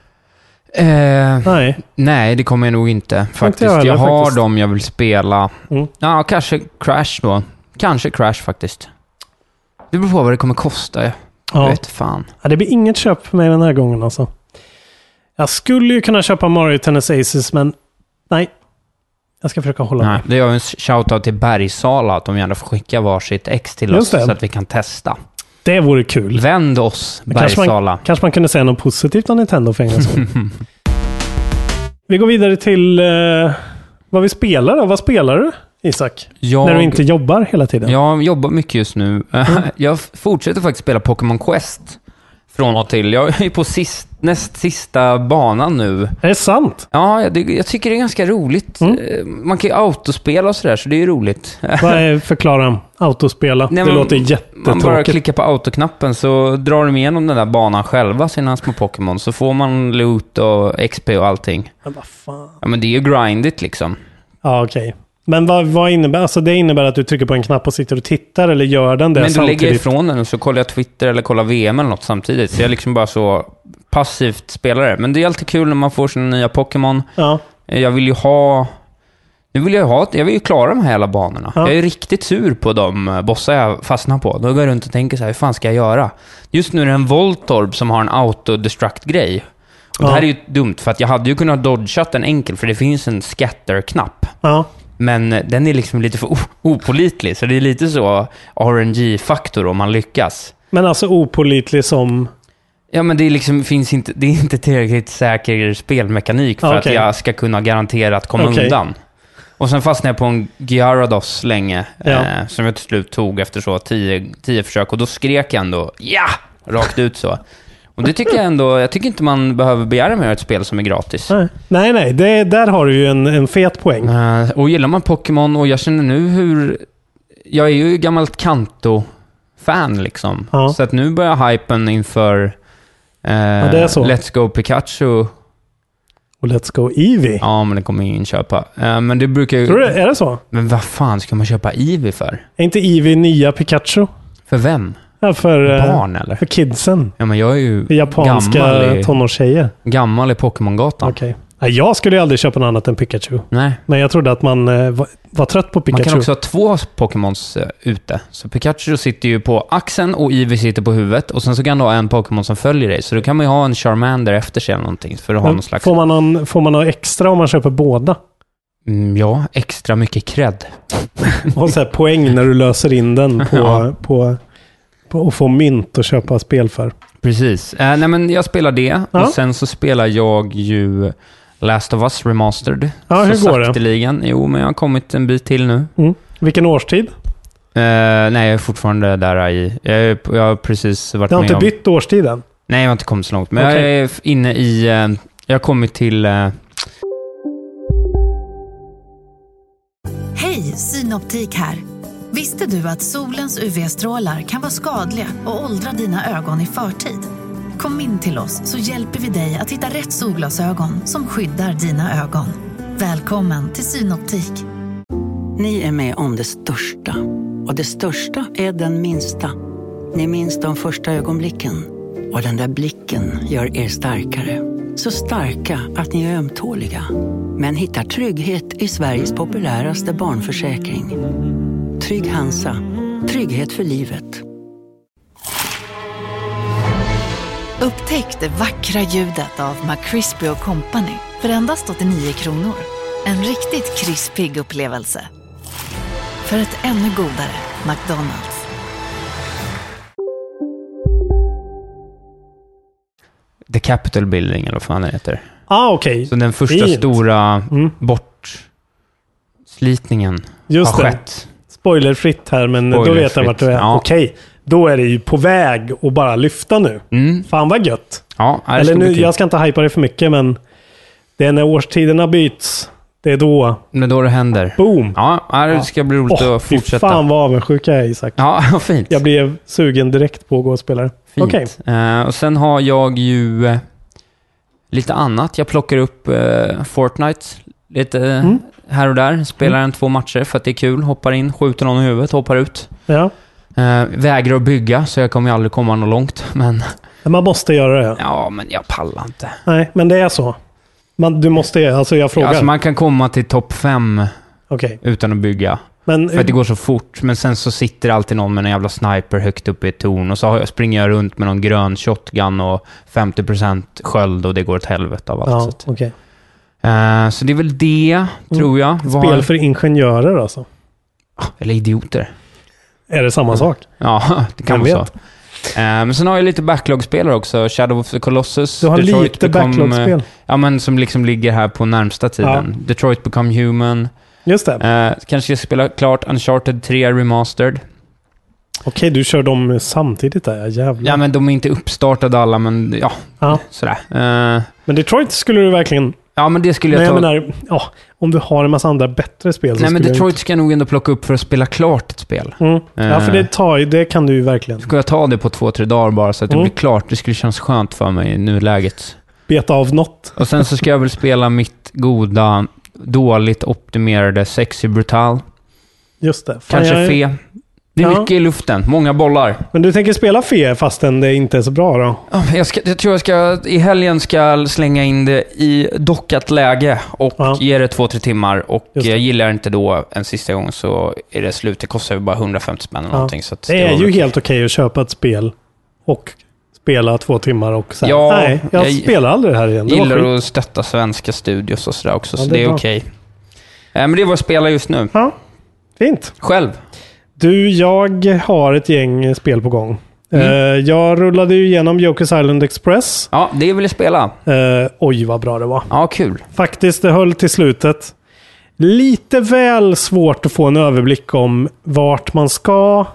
Nej, det kommer jag nog inte. Faktiskt. Jag har dem jag vill spela. Ja, kanske Crash då. Kanske Crash faktiskt. Det beror på vad det kommer kosta. Jag vet fan. Ja, det blir inget köp för mig den här gången alltså. Jag skulle ju kunna köpa Mario Tennis Aces, men nej. Jag ska försöka hålla mig. Det är en shoutout till Bergsala att de gärna får skicka varsitt ex till oss så att vi kan testa. Det vore kul. Vänd oss, Bergsala. Kanske man kunde säga något positivt om Nintendo för en gångs skull. Vi går vidare till vad vi spelar då. Vad spelar du, Isak? När du inte jobbar hela tiden. Jag jobbar mycket just nu. Jag fortsätter faktiskt spela Pokémon Quest från och till. Jag är på näst sista banan nu. Är det sant? Ja, jag tycker det är ganska roligt. Man kan ju autospela och sådär, så det är ju roligt. Förklara autospela. Det låter jättetråkigt. Man bara klickar på autoknappen så drar de igenom den där banan själva, sina små Pokémon. Så får man loot och XP och allting. Men vad fan? Ja, men det är ju grindigt liksom. Ja, okej. Men vad innebär, alltså det innebär att du trycker på en knapp och sitter och tittar eller gör den det men samtidigt? Men du lägger ifrån den och så kollar jag Twitter eller kollar VM eller något samtidigt. Så jag liksom bara så passivt spelare. Men det är alltid kul när man får sina nya Pokémon. Ja. Jag vill ju klara de här hela banorna. Ja. Jag är riktigt sur på de bossar jag fastnar på. Då går jag runt och tänker så här, hur fan ska jag göra? Just nu är det en Voltorb som har en autodestruct-grej. Och det här är ju dumt för att jag hade ju kunnat dodga den enkel för det finns en scatter-knapp. Ja. Men den är liksom lite för opålitlig. Så det är lite så RNG-faktor om man lyckas. Men alltså opålitlig som... Ja, men det är liksom, det är inte tillräckligt säker spelmekanik för att jag ska kunna garantera att komma undan. Och sen fastnade jag på en Gyarados länge som jag till slut tog efter så 10 försök. Och då skrek jag ändå rakt ut så. Och det tycker jag ändå, jag tycker inte man behöver begära mer ett spel som är gratis. Nej, där har du ju en fet poäng. Och gillar man Pokémon, och jag känner nu hur... Jag är ju gammalt Kanto-fan liksom. Ja. Så att nu börjar hypen inför det är så. Let's Go Pikachu. Och Let's Go Eevee. Ja, men det kommer ingen köpa. Men det brukar ju... Tror du, är det så? Men vad fan ska man köpa Eevee för? Är inte Eevee nya Pikachu? För vem? Ja, för barn eller? För kidsen. Ja, men jag är ju japanska tonårstjejer. Gammal i Pokémon-gatan. Okej. Jag skulle ju aldrig köpa något annat än Pikachu. Nej. Men jag trodde att man var trött på Pikachu. Man kan också ha 2 Pokémons ute. Så Pikachu sitter ju på axeln och Eevee sitter på huvudet. Och sen så kan du ha en Pokémon som följer dig. Så då kan man ju ha en Charmander efter sig eller någonting. För att ha någon slags... Får man något extra om man köper båda? Ja, extra mycket cred. Och så här poäng när du löser in den på och få mynt och köpa spel för. Precis. Nej, men jag spelar det. Ja. Och sen så spelar jag ju Last of Us Remastered. Ja, hur går det? Ligan. Jo, men jag har kommit en bit till nu. Vilken årstid? Nej, jag är fortfarande där i. Jag har precis varit med om... Du har inte bytt årstid än? Nej, jag har inte kommit så långt. Men jag är inne i... jag har kommit till... Hej, Synoptik här. Visste du att solens UV-strålar kan vara skadliga och åldra dina ögon i förtid? Kom in till oss så hjälper vi dig att hitta rätt solglasögon som skyddar dina ögon. Välkommen till Synoptik. Ni är med om det största. Och det största är den minsta. Ni minns de första ögonblicken. Och den där blicken gör er starkare. Så starka att ni är ömtåliga. Men hittar trygghet i Sveriges populäraste barnförsäkring. Trygg Hansa. Trygghet för livet. Upptäck det vackra ljudet av McCrispy & Company för endast 89 kronor. En riktigt krispig upplevelse. För ett ännu godare McDonald's. The Capitol Building, eller vad fan det heter. Okej. Så den första stora bortslitningen har skett. Spoilerfritt här, men då vet jag vart du är. Ja. Okej. Då är det ju på väg att bara lyfta nu. Fan vad gött. Ja, eller nu, jag ska inte hypa det för mycket, men det är när årstiderna byts. Det är då... Men då det händer. Boom. Ja, det ska bli roligt att fortsätta. Fan vad avundsjuk jag är, Isak. Ja, fint. Jag blev sugen direkt på att gå och spela det. Fint. Okay. Och sen har jag ju lite annat. Jag plockar upp Fortnite lite här och där. Spelar en 2 matcher för att det är kul. Hoppar in, skjuter någon i huvudet, hoppar ut. Ja. Vägrar att bygga, så jag kommer ju aldrig komma något långt. Men man måste göra det. Ja, men jag pallar inte. Nej, men det är så. Du måste, alltså jag frågar. Alltså man kan komma till topp 5 utan att bygga. Men, för att det går så fort. Men sen så sitter alltid någon med en jävla sniper högt upp i ett torn. Och så springer jag runt med någon grön shotgun och 50% sköld och det går ett helvete av allt. Ja, okej. Så det är väl det, tror jag. Spel för ingenjörer alltså? Eller idioter. Är det samma sak? Ja, det kan vara så. Men sen har jag lite backlog-spelare också. Shadow of the Colossus. Du har Detroit lite backlog-spel? Ja, men som liksom ligger här på närmsta tiden. Ja. Detroit Become Human. Just det. Kanske jag spelar klart Uncharted 3 Remastered. Okej, du kör dem samtidigt där, jävlar. Ja, men de är inte uppstartade alla, men sådär. Men Detroit skulle du verkligen... Ja, men det skulle jag ta... Men jag menar, om du har en massa andra bättre spel... Nej, men Detroit ska jag nog ändå plocka upp för att spela klart ett spel. Ja, för det kan du ju verkligen. Ska jag ta det på 2-3 dagar bara så att det blir klart? Det skulle kännas skönt för mig i nuläget. Beta av något. Och sen så ska jag väl spela mitt goda, dåligt optimerade Sexy Brutal. Just det. Kanske Fe. Det är mycket i luften, många bollar. Men du tänker spela Fe fastän det inte är så bra då? Jag tror jag ska i helgen ska slänga in det i dockat läge och ge det 2-3 timmar. Och jag gillar inte då en sista gång så är det slut. Det kostar ju bara 150 spänn eller någonting. Så att det är ju helt okej att köpa ett spel och spela 2 timmar och sen. Ja, nej, jag spelar aldrig det här igen. Jag gillar att stötta svenska studios och sådär också, så det är okej. Men det är vad jag spelar just nu. Ja, fint. Själv? Du, jag har ett gäng spel på gång. Jag rullade ju igenom Joker's Island Express. Ja, det vill jag spela. Oj, vad bra det var. Ja, kul. Faktiskt, det höll till slutet. Lite väl svårt att få en överblick om vart man ska,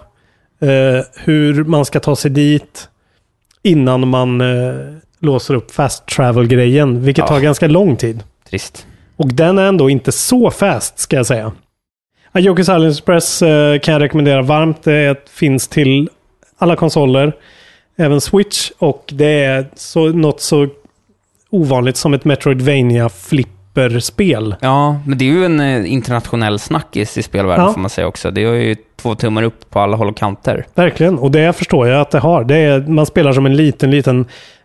hur man ska ta sig dit innan man låser upp fast travel-grejen, vilket tar ganska lång tid. Trist. Och den är ändå inte så fast, ska jag säga. Joker's Island Express kan jag rekommendera varmt. Det finns till alla konsoler, även Switch, och det är något så ovanligt som ett Metroidvania-flipperspel. Ja, men det är ju en internationell snackis i spelvärlden får man säga också. Det är ju 2 tummar upp på alla håll och kanter. Verkligen, och det förstår jag att det har. Man spelar som en liten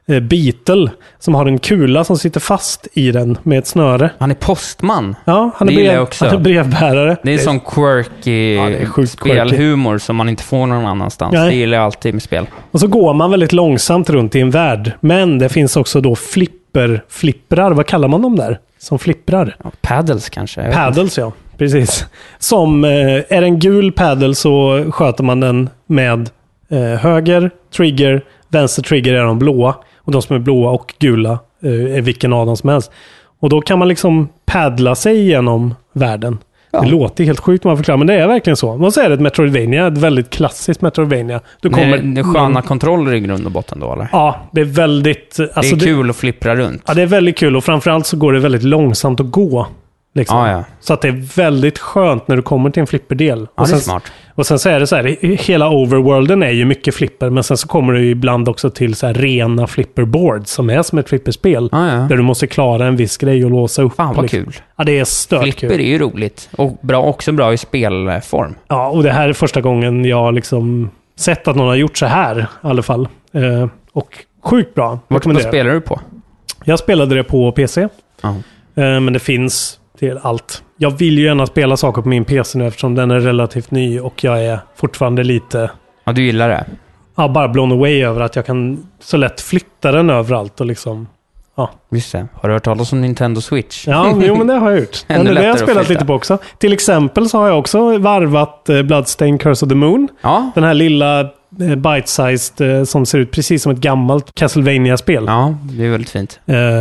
Beetle som har en kula som sitter fast i den med ett snöre. Han är postman. Ja, han är brevbärare. Det är sån quirky spelhumor som man inte får någon annanstans. Nej. Det gillar jag alltid med spel. Och så går man väldigt långsamt runt i en värld. Men det finns också då flipprar. Vad kallar man dem där? Som flipprar? Ja, paddles kanske. Paddles, ja. Precis. Som är en gul paddle så sköter man den med höger trigger, vänster trigger är de blåa. Och de som är blåa och gula är vilken av dem som helst. Och då kan man liksom paddla sig genom världen. Ja. Det låter helt sjukt man förklarar, men det är verkligen så. Man säger ett Metroidvania, ett väldigt klassiskt Metroidvania. Det är sköna kontroller i grund och botten då, eller? Ja, det är väldigt... Alltså det är kul att flippra runt. Ja, det är väldigt kul och framförallt så går det väldigt långsamt att gå. Liksom. Ja. Så att det är väldigt skönt när du kommer till en flipperdel. Ja, det är smart. Och sen så är det så här, hela overworlden är ju mycket flipper, men sen så kommer du ibland också till så här rena flipperboards som är som ett flipperspel. Där du måste klara en viss grej och låsa upp. Fan vad kul. Ja, det är stört kul. Flipper är ju roligt och också bra i spelform. Ja, och det här är första gången jag liksom sett att någon har gjort så här i alla fall. Och sjukt bra. Vad spelar du på? Jag spelade det på PC. Men det finns till allt. Jag vill ju gärna spela saker på min PC nu eftersom den är relativt ny och jag är fortfarande lite... Ja, du gillar det? Ja, bara blown away över att jag kan så lätt flytta den överallt och liksom... Ja. Just det. Har du hört talas om Nintendo Switch? Ja, jo, men det har jag gjort. Det har jag spelat lite på också. Till exempel så har jag också varvat Bloodstained Curse of the Moon. Ja. Den här lilla bite-sized som ser ut precis som ett gammalt Castlevania-spel. Ja, det är väldigt fint.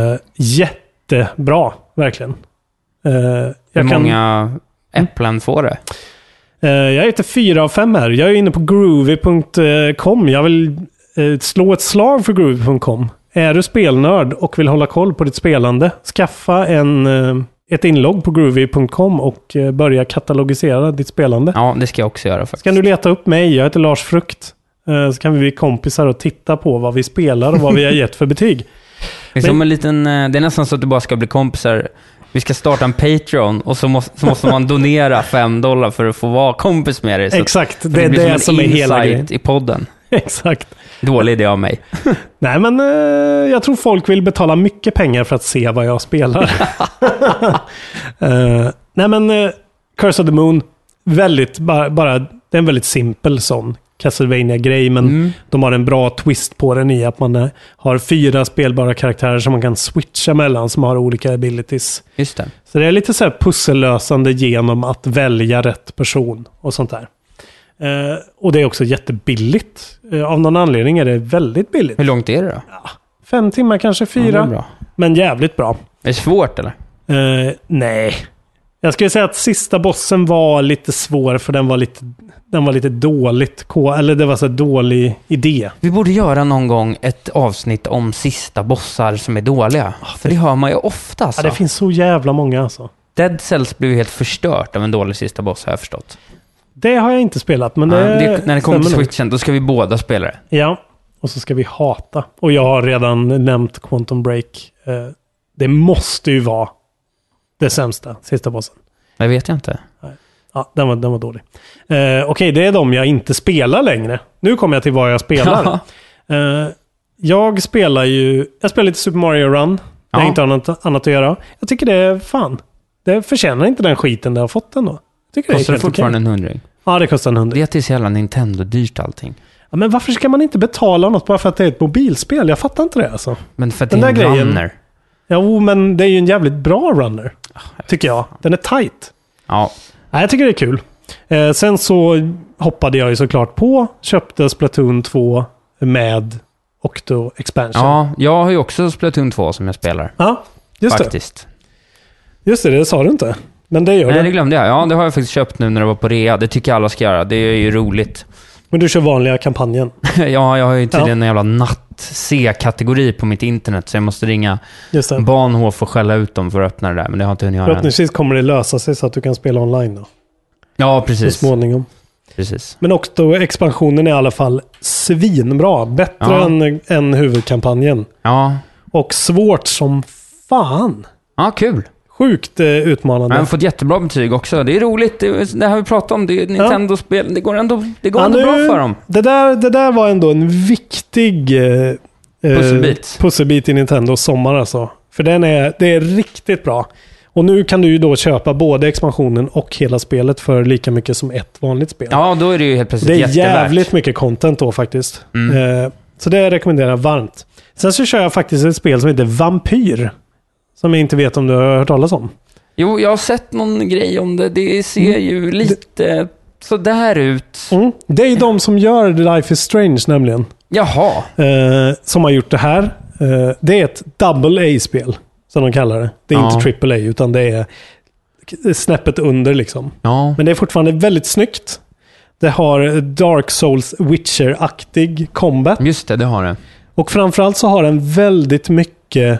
Jättebra, verkligen. Hur många äpplen får det? Jag heter 4 av 5 här. Jag är inne på groovy.com. Jag vill slå ett slag för groovy.com. Är du spelnörd och vill hålla koll på ditt spelande, skaffa ett inlogg på groovy.com och börja katalogisera ditt spelande. Ja, det ska jag också göra faktiskt. Ska du leta upp mig? Jag heter Lars Frukt. Så kan vi bli kompisar och titta på vad vi spelar och vad vi har gett för betyg. Det är nästan så att du bara ska bli kompisar. Vi ska starta en Patreon och så måste man donera $5 för att få vara kompis med dig. Exakt, det är det som är hela grejen i podden. Exakt. Dålig idé av mig. Nej, men jag tror folk vill betala mycket pengar för att se vad jag spelar. Nej, men Curse of the Moon, väldigt, bara det är en väldigt simpel sån Castlevania-grej, men de har en bra twist på den i att man har 4 spelbara karaktärer som man kan switcha mellan som har olika abilities. Just det. Så det är lite så här pussellösande genom att välja rätt person och sånt där. Och det är också jättebilligt. Av någon anledning är det väldigt billigt. Hur långt är det då? 5 timmar, kanske 4. Ja, men jävligt bra. Är det svårt eller? Nej. Jag skulle säga att sista bossen var lite svår för den var lite dåligt. Eller det var så dålig idé. Vi borde göra någon gång ett avsnitt om sista bossar som är dåliga. För det hör man ju ofta. Alltså. Ja, det finns så jävla många alltså. Dead Cells blev helt förstört av en dålig sista boss, har jag förstått. Det har jag inte spelat, men när det kommer till Switchen, då ska vi båda spela det. Ja, och så ska vi hata. Och jag har redan nämnt Quantum Break. Det måste ju vara det sämsta, sista bossen. Det vet jag inte. Ja, den var dålig. Okej, det är de jag inte spelar längre. Nu kommer jag till vad jag spelar. Jag spelar lite Super Mario Run. Jag har inte annat att göra. Jag tycker det är det förtjänar inte den skiten det har fått ändå. Kostar det fortfarande en 100? Ja, det kostar en 100. Det är så jävla Nintendo-dyrt allting. Ja, men varför ska man inte betala något bara för att det är ett mobilspel? Jag fattar inte det alltså. Men för att det är en runner. Jo, men det är ju en jävligt bra runner. Tycker jag. Den är tight. Ja. Nej, jag tycker det är kul. Sen så hoppade jag ju såklart på. Köpte Splatoon 2 med Octo Expansion. Ja, jag har ju också Splatoon 2 som jag spelar. Ja, just faktiskt. Just det sa du inte. Men det gör Nej, det glömde jag. Ja, det har jag faktiskt köpt nu när det var på rea. Det tycker jag alla ska göra. Det är ju roligt. Men du kör vanliga kampanjen? Ja, jag har ju tydligen en jävla natt-C-kategori på mitt internet. Så jag måste ringa Bahnhof och skälla ut dem för att öppna det där. Men det har inte hunnit göra. Förhoppningsvis kommer det lösa sig så att du kan spela online då. Ja, precis. Så småningom. Precis. Men också expansionen är i alla fall svinbra. Bättre än huvudkampanjen. Ja. Och svårt som fan. Ja, kul. Sjukt utmanande. Jag har fått jättebra betyg också. Det är roligt. Det har vi pratat om. Det är Nintendo-spel. Det går ändå bra för dem. Det där var ändå en viktig Pusselbit i Nintendo sommar alltså. För det är riktigt bra. Och nu kan du ju då köpa både expansionen och hela spelet för lika mycket som ett vanligt spel. Ja, då är det ju helt plötsligt det är jättevärt. Jävligt mycket content då faktiskt. Så det rekommenderar jag varmt. Sen så kör jag faktiskt ett spel som heter Vampyr. Som jag inte vet om du har hört talas om. Jo, jag har sett någon grej om det. Det ser ju lite så där ut. Det är ju de som gör Life is Strange nämligen. Jaha. Som har gjort det här. Det är ett double A-spel som de kallar det. Det är inte triple A utan det är snäppet under liksom. Ja. Men det är fortfarande väldigt snyggt. Det har Dark Souls Witcher-aktig combat. Just det har det. Och framförallt så har den väldigt mycket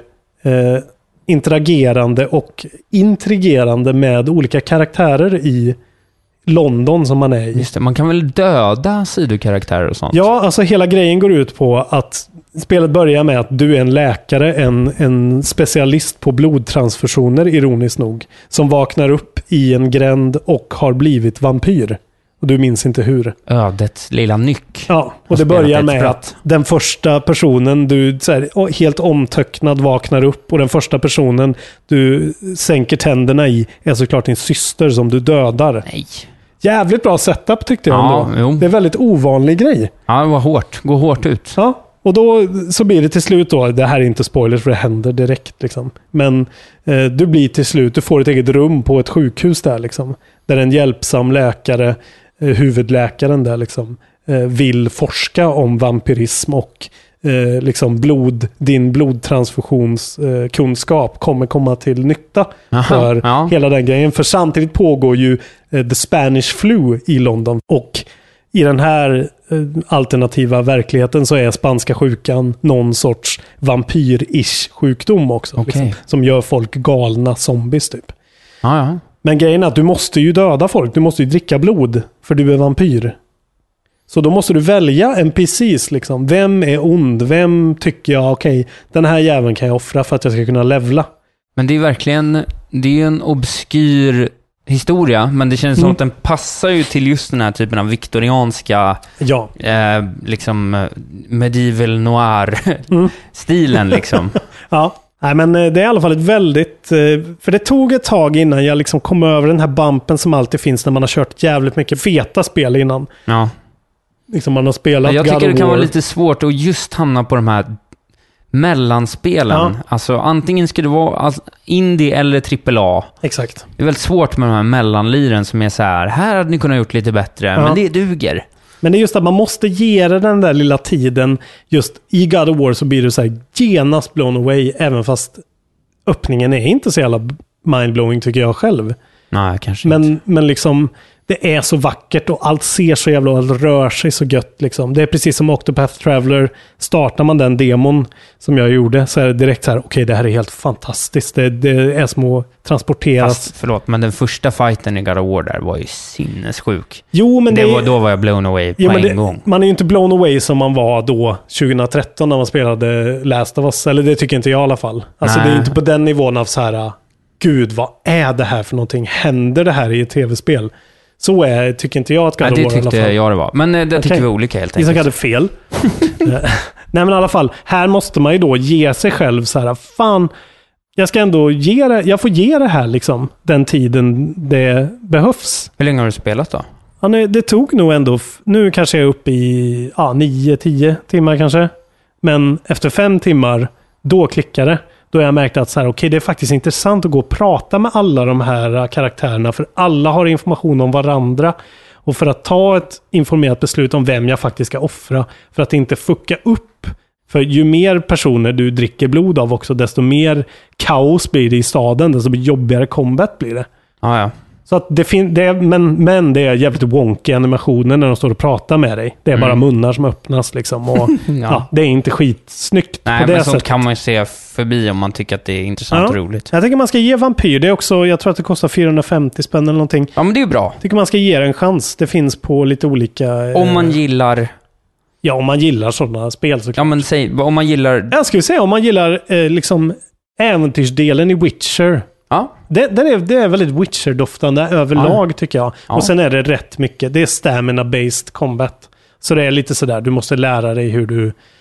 interagerande och intrigerande med olika karaktärer i London som man är i. Just det, man kan väl döda sidokaraktärer och sånt? Ja, alltså hela grejen går ut på att spelet börjar med att du är en läkare, en specialist på blodtransfusioner, ironiskt nog, som vaknar upp i en gränd och har blivit vampyr. Och du minns inte hur. Ödets lilla nyck. Ja, och det börjar med att den första personen du så här, helt omtöcknad vaknar upp och den första personen du sänker tänderna i är såklart din syster som du dödar. Nej. Jävligt bra setup tyckte jag ändå. Jo. Det är en väldigt ovanlig grej. Ja, det var hårt. Gå hårt ut. Ja, och då så blir det till slut då, det här är inte spoilers för det händer direkt liksom. Men du blir till slut, du får ett eget rum på ett sjukhus där liksom. Där en hjälpsam läkare, huvudläkaren där liksom, vill forska om vampyrism och liksom din blodtransfusionskunskap kommer komma till nytta för hela den grejen. För samtidigt pågår ju The Spanish Flu i London och i den här alternativa verkligheten så är spanska sjukan någon sorts vampyr-ish sjukdom också. Liksom, som gör folk galna zombies typ. Ja. Men grejen är att du måste ju döda folk. Du måste ju dricka blod för du är vampyr. Så då måste du välja NPCs liksom. Vem är ond? Vem tycker jag, okej, den här jäveln kan jag offra för att jag ska kunna levla. Men det är verkligen, det är en obskyr historia, men det känns som att den passar ju till just den här typen av viktorianska liksom medieval noir-stilen liksom. Ja. Nej, men det är i alla fall ett väldigt... För det tog ett tag innan jag liksom kom över den här bumpen som alltid finns när man har kört jävligt mycket feta spel innan. Ja. Liksom man har spelat jag tycker det kan vara lite svårt att just hamna på de här mellanspelen. Ja. Alltså antingen skulle det vara indie eller AAA. Exakt. Det är väldigt svårt med de här mellanliren som är så här hade ni kunnat gjort lite bättre, men det duger. Men det är just att man måste ge den där lilla tiden. Just i God of War så blir du så här genast blown away, även fast öppningen är inte så jävla mindblowing tycker jag själv. Nej, kanske inte. Men liksom det är så vackert och allt ser så jävla och allt rör sig så gött liksom. Det är precis som Octopath Traveler. Startar man den demon som jag gjorde så är det direkt så här, okej, det här är helt fantastiskt. Det är som att transporteras. Förlåt, men den första fighten i God of War där var ju sinnessjuk. Jo, men då var jag blown away på en gång. Man är ju inte blown away som man var då 2013 när man spelade Last of Us. Eller det tycker inte jag i alla fall. Alltså det är inte på den nivån av så här, gud, vad är det här för någonting? Händer det här i ett tv-spel? Så tycker inte jag att God of War i alla fall. Det tyckte jag det var. Men det tycker vi olika helt enkelt. Vi hade fel. Nej, men i alla fall, här måste man ju då ge sig själv så här, fan, jag ska ändå ge det, jag får ge det här liksom, den tiden det behövs. Hur länge har du spelat då? Ja, det tog nog ändå, nu kanske jag är uppe i 9-10 timmar kanske. Men efter 5 timmar, då klickar det. Då har jag märkt att så här, okej, det är faktiskt intressant att gå och prata med alla de här karaktärerna, för alla har information om varandra. Och för att ta ett informerat beslut om vem jag faktiskt ska offra, för att inte fucka upp. För ju mer personer du dricker blod av också, desto mer kaos blir det i staden, desto jobbigare combat blir det. Ja. Så att men det är jävligt wonky animationer när de står och pratar med dig. Det är bara munnar som öppnas liksom. Och det är inte skitsnyggt. Nej, på det men sånt sättet. kan man ju se förbi om man tycker att det är intressant och roligt. Jag tycker man ska ge Vampyr. Det är också, jag tror att det kostar 450 spänn eller någonting. Ja, men det är ju bra. Jag tycker man ska ge det en chans. Det finns på lite olika... Om man gillar... Ja, om man gillar sådana spel så. Ja, men säg, om man gillar... Jag skulle säga om man gillar liksom äventyrsdelen i Witcher. Ja. Det är väldigt Witcher-doftande överlag tycker jag. Ja. Och sen är det rätt mycket. Det är stamina-based combat. Så det är lite sådär, du måste lära dig hur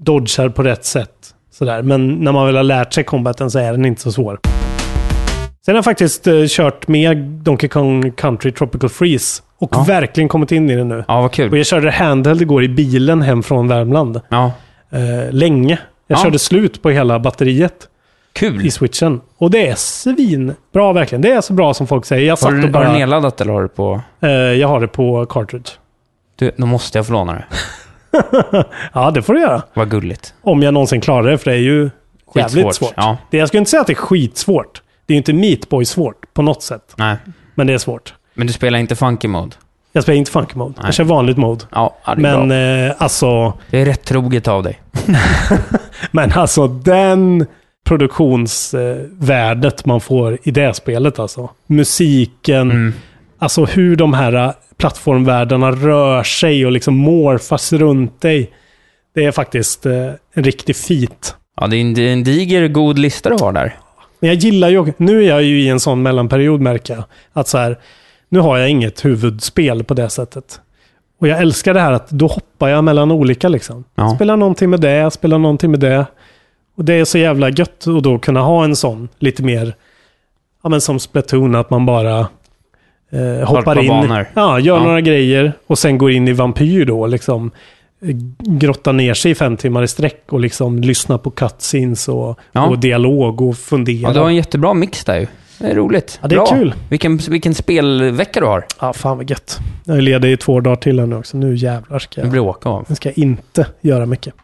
dodgar på rätt sätt. Sådär. Men när man väl har lärt sig combaten så är den inte så svår. Sen har jag faktiskt kört med Donkey Kong Country Tropical Freeze och verkligen kommit in i det nu. Ja, vad kul. Och jag körde handheld igår i bilen hem från Värmland. Ja. Länge. Jag körde slut på hela batteriet. Kul. I Switchen. Och det är svinbra verkligen. Det är så bra som folk säger. Jag har du nedladdat eller har du på? Jag har det på cartridge. Då måste jag få låna det. Ja, det får du göra. Vad gulligt. Om jag någonsin klarar det, för det är ju jävligt svårt. Ja. Jag skulle inte säga att det är skitsvårt. Det är ju inte Meat Boy svårt på något sätt. Nej. Men det är svårt. Men du spelar inte funky mode? Jag spelar inte funky mode. Jag kör vanligt mode. Ja, det är men alltså... Det är rätt troget av dig. Men alltså den produktionsvärdet man får i det spelet alltså. Musiken, alltså hur de här plattformvärldarna rör sig och liksom morfas runt dig. Det är faktiskt en riktig feat. Ja, det är en diger god lista du har där. Men jag gillar ju, nu är jag ju i en sån mellanperiod märker jag, att så här, nu har jag inget huvudspel på det sättet. Och jag älskar det här att då hoppar jag mellan olika liksom. Ja. Spelar någonting med det, spelar någonting med det. Och det är så jävla gött att då kunna ha en sån lite mer, ja men som Splatoon, att man bara hoppar in, gör några grejer och sen går in i Vampyr då liksom. Grotta ner sig i 5 timmar i sträck och liksom lyssna på cutscenes och dialog och fundera. Ja, du har en jättebra mix där ju. Det är roligt. Ja, det är kul. Vilken spelvecka du har. Ja, fan vad gött. Jag är ledig i 2 dagar till nu också. Nu jävlar ska jag... Nu blir åka av. Nu ska jag inte göra mycket.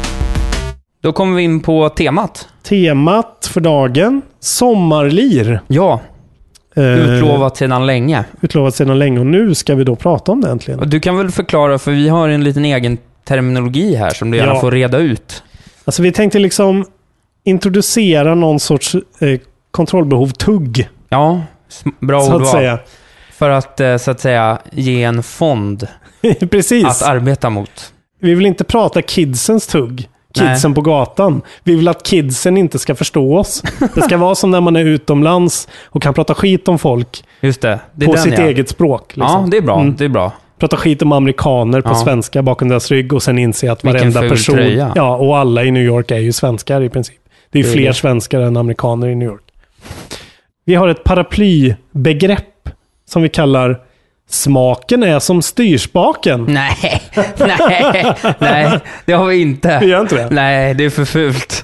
Då kommer vi in på temat. Temat för dagen. Sommarlir. Ja. Utlovat sedan länge. Utlovat sedan länge och nu ska vi då prata om det äntligen. Och du kan väl förklara, för vi har en liten egen terminologi här som du gärna får reda ut. Alltså vi tänkte liksom introducera någon sorts kontrollbehov-tugg. Ja, bra så ord att säga. För att så att säga ge en fond precis. Att arbeta mot. Vi vill inte prata kidsens tugg. Kidsen på gatan. Vi vill att kidsen inte ska förstå oss. Det ska vara som när man är utomlands och kan prata skit om folk. Just det. Det är på den, sitt eget språk. Liksom. Ja, det är bra. Det är bra. Prata skit om amerikaner på svenska bakom deras rygg och sen inse att varenda person... Tröja. Ja, och alla i New York är ju svenskar i princip. Det är fler svenskar än amerikaner i New York. Vi har ett paraplybegrepp som vi kallar smaken är som styrspaken. Nej, det har vi inte. Vi gör inte det? Nej, det är för fult.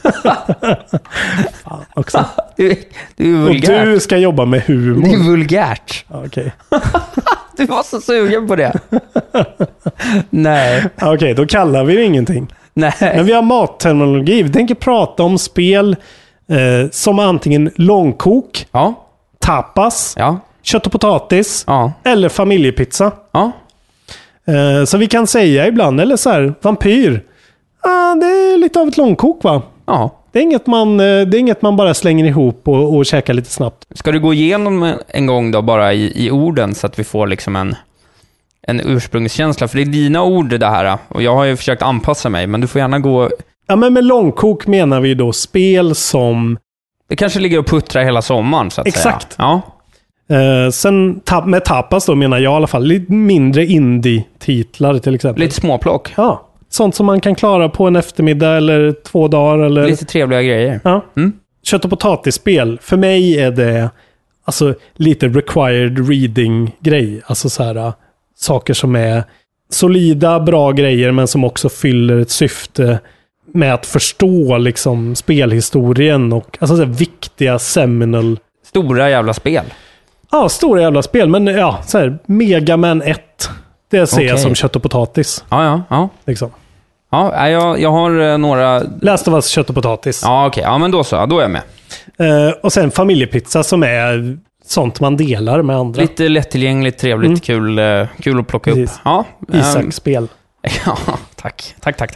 Fan, också. Du är vulgärt. Och du ska jobba med humor. Det är vulgärt. Okej. Du var så sugen på det. Nej. Okej, då kallar vi det ingenting. Nej. Men vi har matterminologi. Vi tänker prata om spel som antingen långkok, tapas, kött och potatis eller familjepizza. Ja. Så vi kan säga ibland, eller så här, vampyr. Det är lite av ett långkok va? Ja. Det är inget man bara slänger ihop och käkar lite snabbt. Ska du gå igenom en gång då bara i orden så att vi får liksom en ursprungskänsla? För det är dina ord det här. Och jag har ju försökt anpassa mig, men du får gärna gå... Ja, men med långkok menar vi då spel som... Det kanske ligger och puttrar hela sommaren så att säga. Exakt. Ja. Sen med tapas då menar jag i alla fall lite mindre indie-titlar till exempel. Lite småplock. Ja. Sånt som man kan klara på en eftermiddag eller 2 dagar. Eller... Lite trevliga grejer. Ja. Kött- och potatisspel. För mig är det alltså lite required reading-grej. Alltså så här, saker som är solida, bra grejer men som också fyller ett syfte med att förstå liksom spelhistorien och alltså så här, viktiga seminal... Stora jävla spel. Ja, stora jävla spel. Men ja, så här, Mega Man 1. Det ser jag som kött och potatis. Ja. Liksom. Ja, jag har några... Läst av oss kött och potatis. Ja, okej. Ja, men då så. Då är jag med. Och sen familjepizza som är sånt man delar med andra. Lite lättillgängligt, trevligt, kul att plocka upp. Ja. Isak-spel. Ja, tack.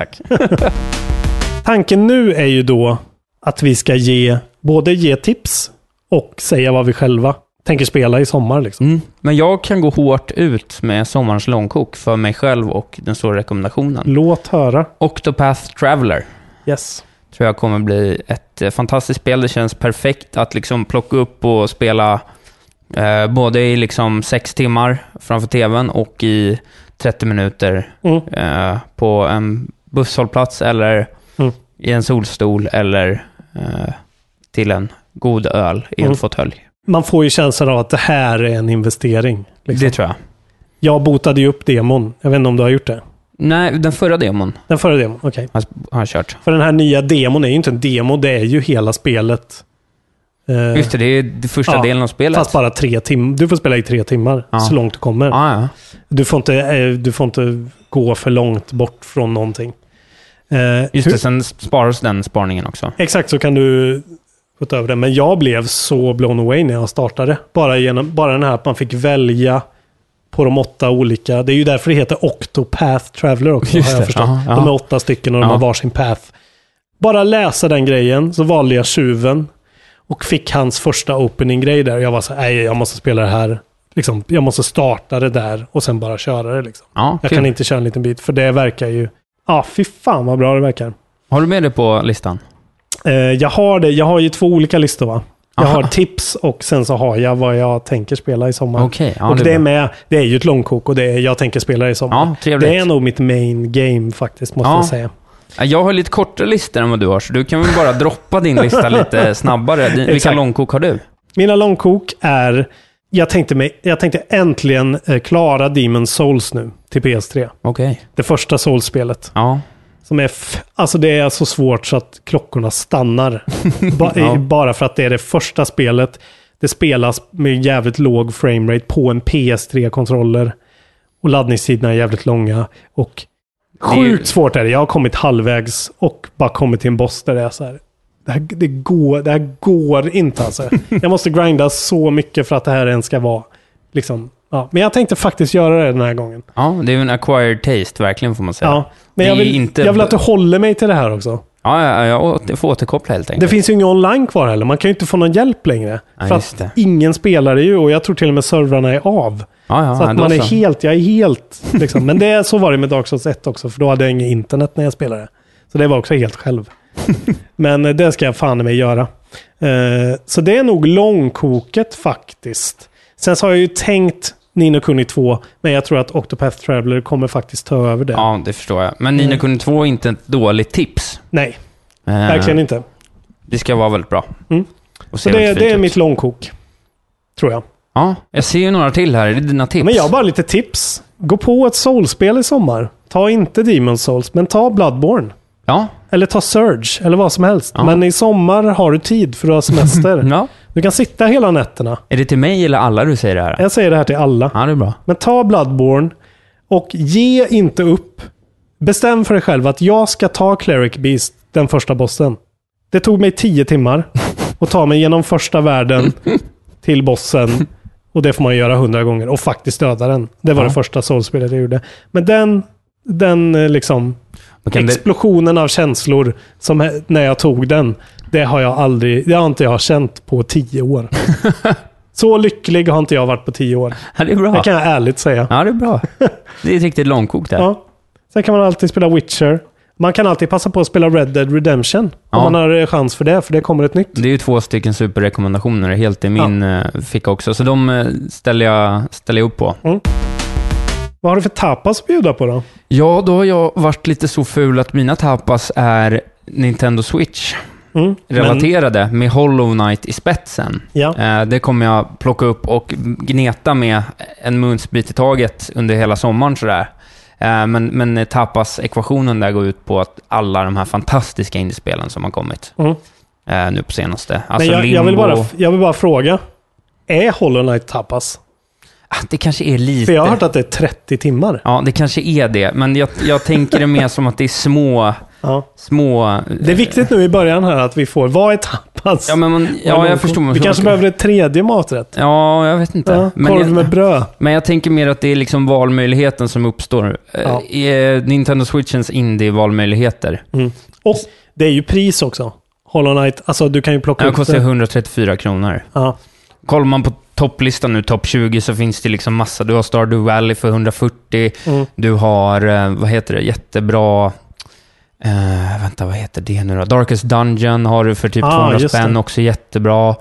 Tanken nu är ju då att vi ska både ge tips och säga vad vi själva tänker spela i sommar. Liksom. Men jag kan gå hårt ut med sommarens långkok för mig själv och den stora rekommendationen. Låt höra. Octopath Traveler. Yes. Tror jag kommer bli ett fantastiskt spel. Det känns perfekt att liksom plocka upp och spela både i liksom 6 timmar framför tvn och i 30 minuter på en busshållplats eller i en solstol eller till en god öl i en fåtölj. Man får ju känslan av att det här är en investering. Liksom. Det tror jag. Jag botade ju upp demon. Jag vet inte om du har gjort det. Nej, den förra demon. Den förra demon, okej. Har jag kört. För den här nya demon är ju inte en demo, det är ju hela spelet. Just det är det första delen av spelet. Fast bara 3 timmar. Du får spela i 3 timmar, så långt du kommer. Ja. Du får inte gå för långt bort från någonting. Just det, sen sparas den sparningen också. Exakt, så kan du gå över det. Men jag blev så blown away när jag startade. Bara den här att man fick välja på de 8 olika. Det är ju därför det heter Octopath Traveler också, har jag förstått. De är 8 stycken och de har varsin path. Bara läsa den grejen, så valde jag tjuven och fick hans första opening-grej där. Jag var så här, jag måste spela det här. Liksom, jag måste starta det där och sen bara köra det. Liksom. Jag kan inte köra en liten bit, för det verkar ju... fy fan vad bra det verkar. Har du med det på listan? Jag har det. Jag har ju 2 olika listor, va? Jag har tips och sen så har jag vad jag tänker spela i sommar. Okay, och det är med, det är ju ett långkok och jag tänker spela i sommar. Det är nog mitt main game faktiskt, måste jag säga. Jag har lite kortare listor än vad du har, så du kan väl bara droppa din lista lite snabbare. Vilka långkok har du? Mina långkok är... Jag tänkte äntligen klara Demon's Souls nu till PS3. Okej. Det första Souls-spelet. Ja. Som är alltså det är så svårt så att klockorna stannar. Bara för att det är det första spelet. Det spelas med jävligt låg framerate på en PS3-kontroller. Och laddningstiderna är jävligt långa. Och sjukt svårt är det. Jag har kommit halvvägs och bara kommit till en boss där det är så här. Det här går inte alltså. Jag måste grinda så mycket för att det här ens ska vara liksom... Ja, men jag tänkte faktiskt göra det den här gången. Ja, det är ju en acquired taste, verkligen får man säga. Ja, men jag vill att du håller mig till det här också. Ja, jag får återkoppla helt enkelt. Det finns ju ingen online kvar heller. Man kan ju inte få någon hjälp längre. Ja, för att ingen spelar det ju. Och jag tror till och med servrarna är av. Ja, så att man är helt liksom. Men så var det med Dark Souls 1 också. För då hade jag inget internet när jag spelade. Så det var också helt själv. Men det ska jag fan med göra. Så det är nog långkoket faktiskt. Sen så har jag ju tänkt Ni no Kuni 2, men jag tror att Octopath Traveler kommer faktiskt ta över det. Ja, det förstår jag. Men Ni no Kuni 2 är inte ett dåligt tips. Nej, verkligen inte. Det ska vara väldigt bra. Så det är mitt långkok, tror jag. Ja, jag ser ju några till här. Är det dina tips? Men jag har bara lite tips. Gå på ett Souls-spel i sommar. Ta inte Demon's Souls, men ta Bloodborne. Ja. Eller ta Surge, eller vad som helst. Ja. Men i sommar har du tid för att ha semester. Ja. Du kan sitta hela nätterna. Är det till mig eller alla du säger det här? Jag säger det här till alla. Ja, det är bra. Men ta Bloodborne och ge inte upp. Bestäm för dig själv att jag ska ta Cleric Beast, den första bossen. Det tog mig 10 timmar att ta mig genom första världen till bossen. Och det får man göra 100 gånger och faktiskt döda den. Det var det första Souls-spelet jag gjorde. Men den liksom... explosionen av känslor som när jag tog den, det har inte jag känt på 10 år. Så lycklig har inte jag varit på 10 år. Ja, det är bra. Det kan jag ärligt säga. Ja, det är bra. Det är ett riktigt långkok där. Ja. Sen kan man alltid spela Witcher. Man kan alltid passa på att spela Red Dead Redemption om man har chans för det kommer ett nytt. Det är ju 2 stycken superrekommendationer helt i min ficka också, så de ställer jag upp på. Vad har du för tapas att bjuda på då? Ja, då har jag varit lite så ful att mina tapas är Nintendo Switch relaterade med Hollow Knight i spetsen. Ja. Det kommer jag plocka upp och gneta med en munsbit i taget under hela sommaren sådär. Men tapas-ekvationen där går ut på att alla de här fantastiska indiespelen som har kommit nu på senaste. Alltså jag vill bara fråga, är Hollow Knight tapas? Det kanske är lite... För jag har hört att det är 30 timmar. Ja, det kanske är det. Men jag tänker det mer som att det är små... Det är viktigt nu i början här att vi får... Vad är tapas? Ja, jag förstår. Vi kanske behöver ett tredje maträtt. Ja, jag vet inte. Ja, korv med bröd. Men jag tänker mer att det är liksom valmöjligheten som uppstår. Ja. Nintendo Switchens indie-valmöjligheter. Och det är ju pris också. Hollow Knight, alltså du kan ju plocka upp det. Det kostar 134 kronor. Ja. Kollar man på topplistan nu, topp 20, så finns det liksom massa. Du har Stardew Valley för 140. Du har, jättebra Vänta, vad heter det nu då? Darkest Dungeon har du för typ 200 spänn, också jättebra.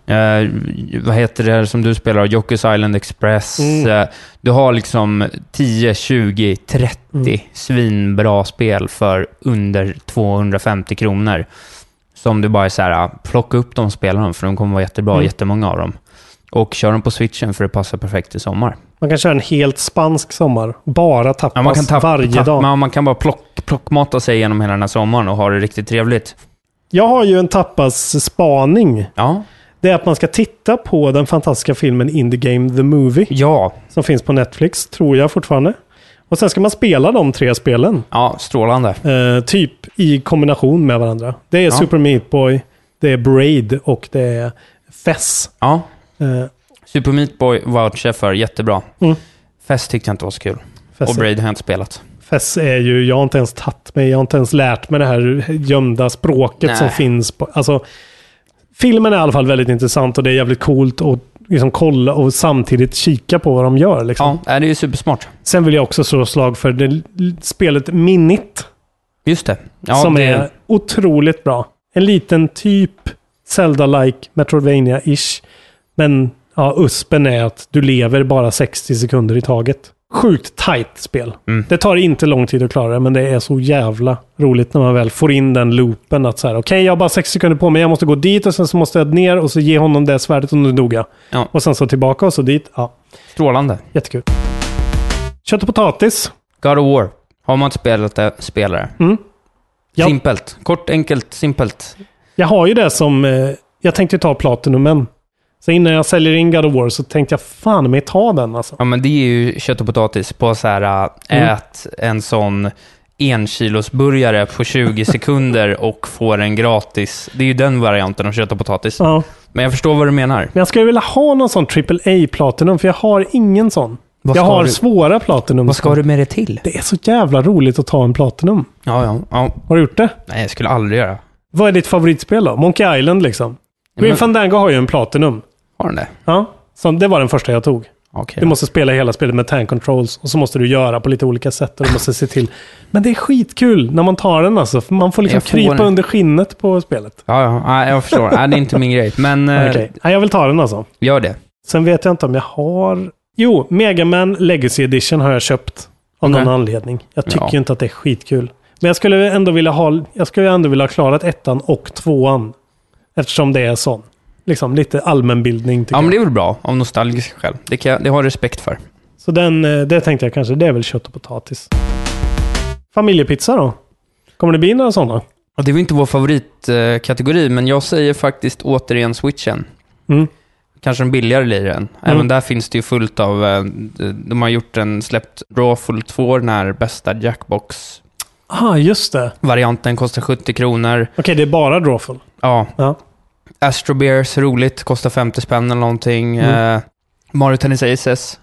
Vad heter det som du spelar? Joker's Island Express. Du har liksom 10, 20, 30 svinbra spel för under 250 kronor. Som du bara är så här, plocka upp de spelarna för de kommer vara jättebra, jättemånga av dem. Och kör dem på Switchen för det passar perfekt i sommar. Man kan köra en helt spansk sommar. Bara tappas varje dag. Man kan bara plockmata sig genom hela den här sommaren och ha det riktigt trevligt. Jag har ju en tappas-spaning. Ja. Det är att man ska titta på den fantastiska filmen In the Game The Movie. Ja. Som finns på Netflix, tror jag fortfarande. Och sen ska man spela de 3 spelen. Ja, strålande. Typ i kombination med varandra. Det är Super Meat Boy, det är Braid och det är Fess. Ja. Super Meat Boy voucher för jättebra. Fess tyckte jag inte var så kul. Fess och Braid har jag inte spelat. Fess är ju, jag har inte ens tagit mig, jag har inte ens lärt mig det här gömda språket som finns på, alltså filmen är i alla fall väldigt intressant och det är jävligt coolt att liksom kolla och samtidigt kika på vad de gör liksom. Ja, det är ju supersmart. Sen vill jag också slå slag för det spelet Minit. Just det. Ja, som är otroligt bra. En liten typ Zelda-like Metroidvania-ish. Men uspen är att du lever bara 60 sekunder i taget. Sjukt tight spel. Det tar inte lång tid att klara det, men det är så jävla roligt när man väl får in den loopen att så här, okej, jag har bara 60 sekunder på mig, jag måste gå dit och sen så måste jag ner och så ge honom det svärdet och nu dog jag. Ja. Och sen så tillbaka och så dit. Ja. Strålande. Jättekul. Kött och potatis. God of War. Har man inte spelat det, spelare. Ja. Simpelt. Kort, enkelt, simpelt. Jag har ju det som, jag tänkte ta Platinumen. Så innan jag säljer in God of War så tänkte jag fan mig ta den alltså. Ja, men det är ju kött och potatis på så här ät en sån 1 kilos burgare på 20 sekunder och får en gratis. Det är ju den varianten av kött och potatis. Ja. Men jag förstår vad du menar. Men jag skulle vilja ha någon sån AAA Platinum för jag har ingen sån. Jag har svåra Platinum. Vad ska du med det till? Det är så jävla roligt att ta en Platinum. Ja. Har du gjort det? Nej, jag skulle aldrig göra. Vad är ditt favoritspel då? Monkey Island liksom. Grim Fandango har ju en Platinum. Har den det? Ja, så det var den första jag tog. Okay, du måste spela hela spelet med tank controls och så måste du göra på lite olika sätt och du måste se till. Men det är skitkul när man tar den alltså. Man får liksom krypa under skinnet på spelet. Ja, jag förstår. Det är inte min grej. Men okay. Jag vill ta den alltså. Gör det. Sen vet jag inte om jag har... Jo, Mega Man Legacy Edition har jag köpt av någon anledning. Jag tycker ju inte att det är skitkul. Men jag skulle ändå vilja ha klarat 1:an och 2:an. Eftersom det är sån. Liksom lite allmänbildning. Ja, men det är väl bra av nostalgisk själv. Det har jag respekt för. Så det tänkte jag kanske, det är väl kött och potatis. Familjepizza då? Kommer det bli några sådana? Ja, det är väl inte vår favoritkategori, men jag säger faktiskt återigen Switchen. Kanske en billigare liren. Även där finns det ju fullt av... de har släppt Drawful 2, den här bästa Jackbox. Just det. Varianten kostar 70 kronor. Okej, det är bara Drawful. Ja. Astro Bears, roligt, kostar 50 spänn eller någonting. Mario Tennis Aces.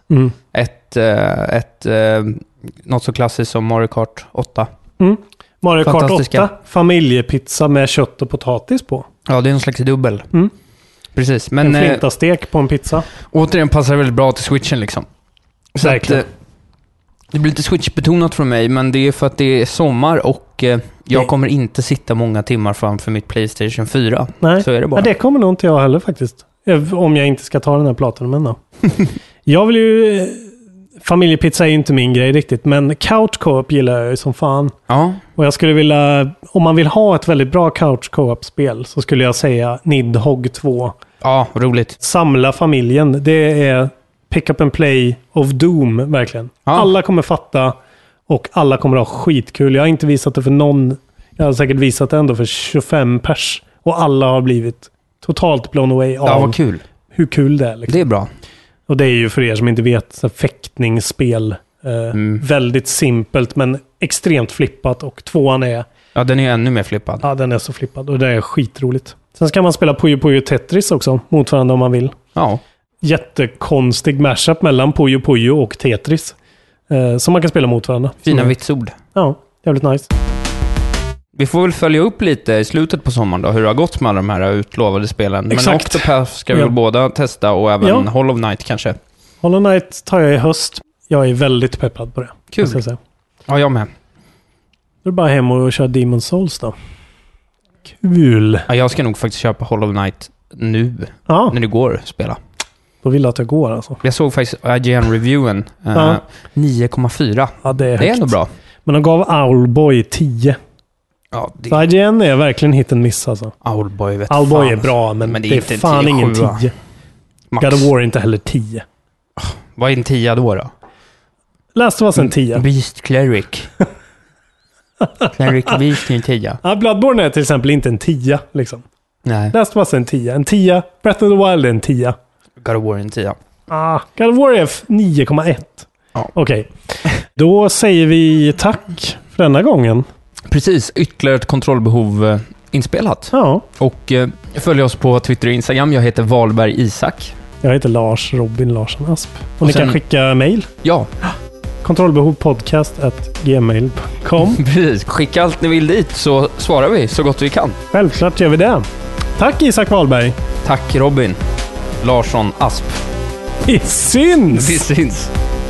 Något så klassiskt som Mario Kart 8. Mario Kart 8, familjepizza med kött och potatis på. Ja, det är en slags dubbel. Precis. Men, en flintastek på en pizza. Återigen passar det väldigt bra till Switchen liksom. Så verkligen. Det blir lite Switch-betonat från mig, men det är för att det är sommar och jag kommer inte sitta många timmar framför mitt PlayStation 4. Nej. Så är det bara. Ja, det kommer nog inte jag heller faktiskt. Om jag inte ska ta den här Platinumen då. Jag vill ju... Familjepizza är ju inte min grej riktigt, men couch co-op gillar jag ju som fan. Ja. Och jag skulle vilja... Om man vill ha ett väldigt bra couch co-op-spel så skulle jag säga Nidhogg 2. Ja, roligt. Samla familjen. Det är pick up and play of Doom, verkligen. Ja. Alla kommer fatta och alla kommer ha skitkul. Jag har inte visat det för någon. Jag har säkert visat det ändå för 25 pers. Och alla har blivit totalt blown away av vad kul. Hur kul det är. Liksom. Det är bra. Och det är ju för er som inte vet så fäktningsspel. Väldigt simpelt men extremt flippat. Och 2:an är... Ja, den är ännu mer flippad. Ja, den är så flippad och det är skitroligt. Sen ska man spela Puyo Puyo Tetris också mot varandra om man vill. Ja. Jättekonstig mashup mellan Puyo Puyo och Tetris. Som man kan spela mot varandra. Fina vitsord. Ja, jävligt nice. Vi får väl följa upp lite i slutet på sommaren då, hur det har gått med alla de här utlovade spelen. Exakt. Men Octopath ska vi väl båda testa och även Hollow Knight kanske. Hollow Knight tar jag i höst. Jag är väldigt peppad på det. Kul. Ja, jag med. Då är det bara hem och köra Demon's Souls då. Kul. Ja, jag ska nog faktiskt köpa Hollow Knight nu. Ja. När det går att spela. Då vill jag att jag går alltså. Jag såg faktiskt IGN-reviewen. 9,4. Ja, det är ändå bra. Men de gav Owlboy 10. Ja, Så IGN är verkligen hit and miss alltså. Owlboy vet Owlboy är bra, men det är inte fan ingen 10. Max. God of War är inte heller 10. Vad är en 10 då? Last of Us en 10. Beast Cleric. Cleric Beast är en 10. Ja, Bloodborne är till exempel inte en 10 liksom. Nej. Last of Us en 10. En 10. Breath of the Wild är en 10. God of War är en 10. God of War är 9,1. Ja. Okej. Då säger vi tack för denna gången. Precis, ytterligare ett kontrollbehov inspelat. Ja. Och följ oss på Twitter och Instagram. Jag heter Wahlberg Isak. Jag heter Lars Robin Larsson Asp. Och ni sen, kan skicka mejl. Ja. Kontrollbehovpodcast@gmail.com. Precis. Skicka allt ni vill dit så svarar vi så gott vi kan. Självklart gör vi det. Tack Isak Wahlberg. Tack Robin Larsson Asp. Vi syns! Vi syns.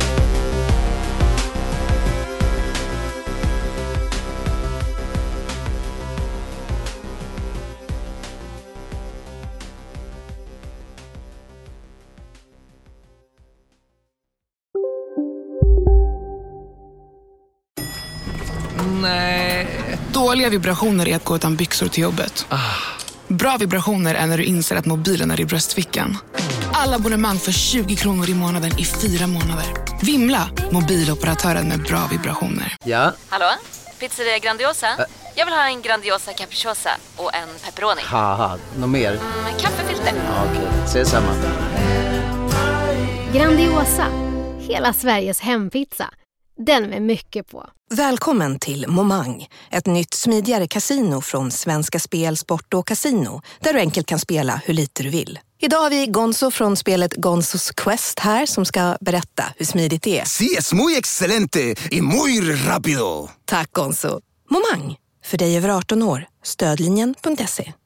Nej. Dåliga vibrationer är att gå utan byxor till jobbet. Bra vibrationer är när du inser att mobilen är i bröstfickan. Alla abonnemang för 20 kronor i månaden i 4 månader. Vimla, mobiloperatören med bra vibrationer. Ja? Hallå? Pizzeria Grandiosa? Jag vill ha en Grandiosa capriciosa och en pepperoni. Haha, något mer? Kaffefilter. Ja, okej, ses samma. Grandiosa, hela Sveriges hempizza. Den med mycket på. Välkommen till Momang, ett nytt smidigare kasino från Svenska Spel, Sport och Casino, där du enkelt kan spela hur lite du vill. Idag har vi Gonzo från spelet Gonzos Quest här som ska berätta hur smidigt det är. Sí, es muy excelente y muy rápido. Tack Gonzo. Momang, för dig över 18 år. Stödlinjen.se.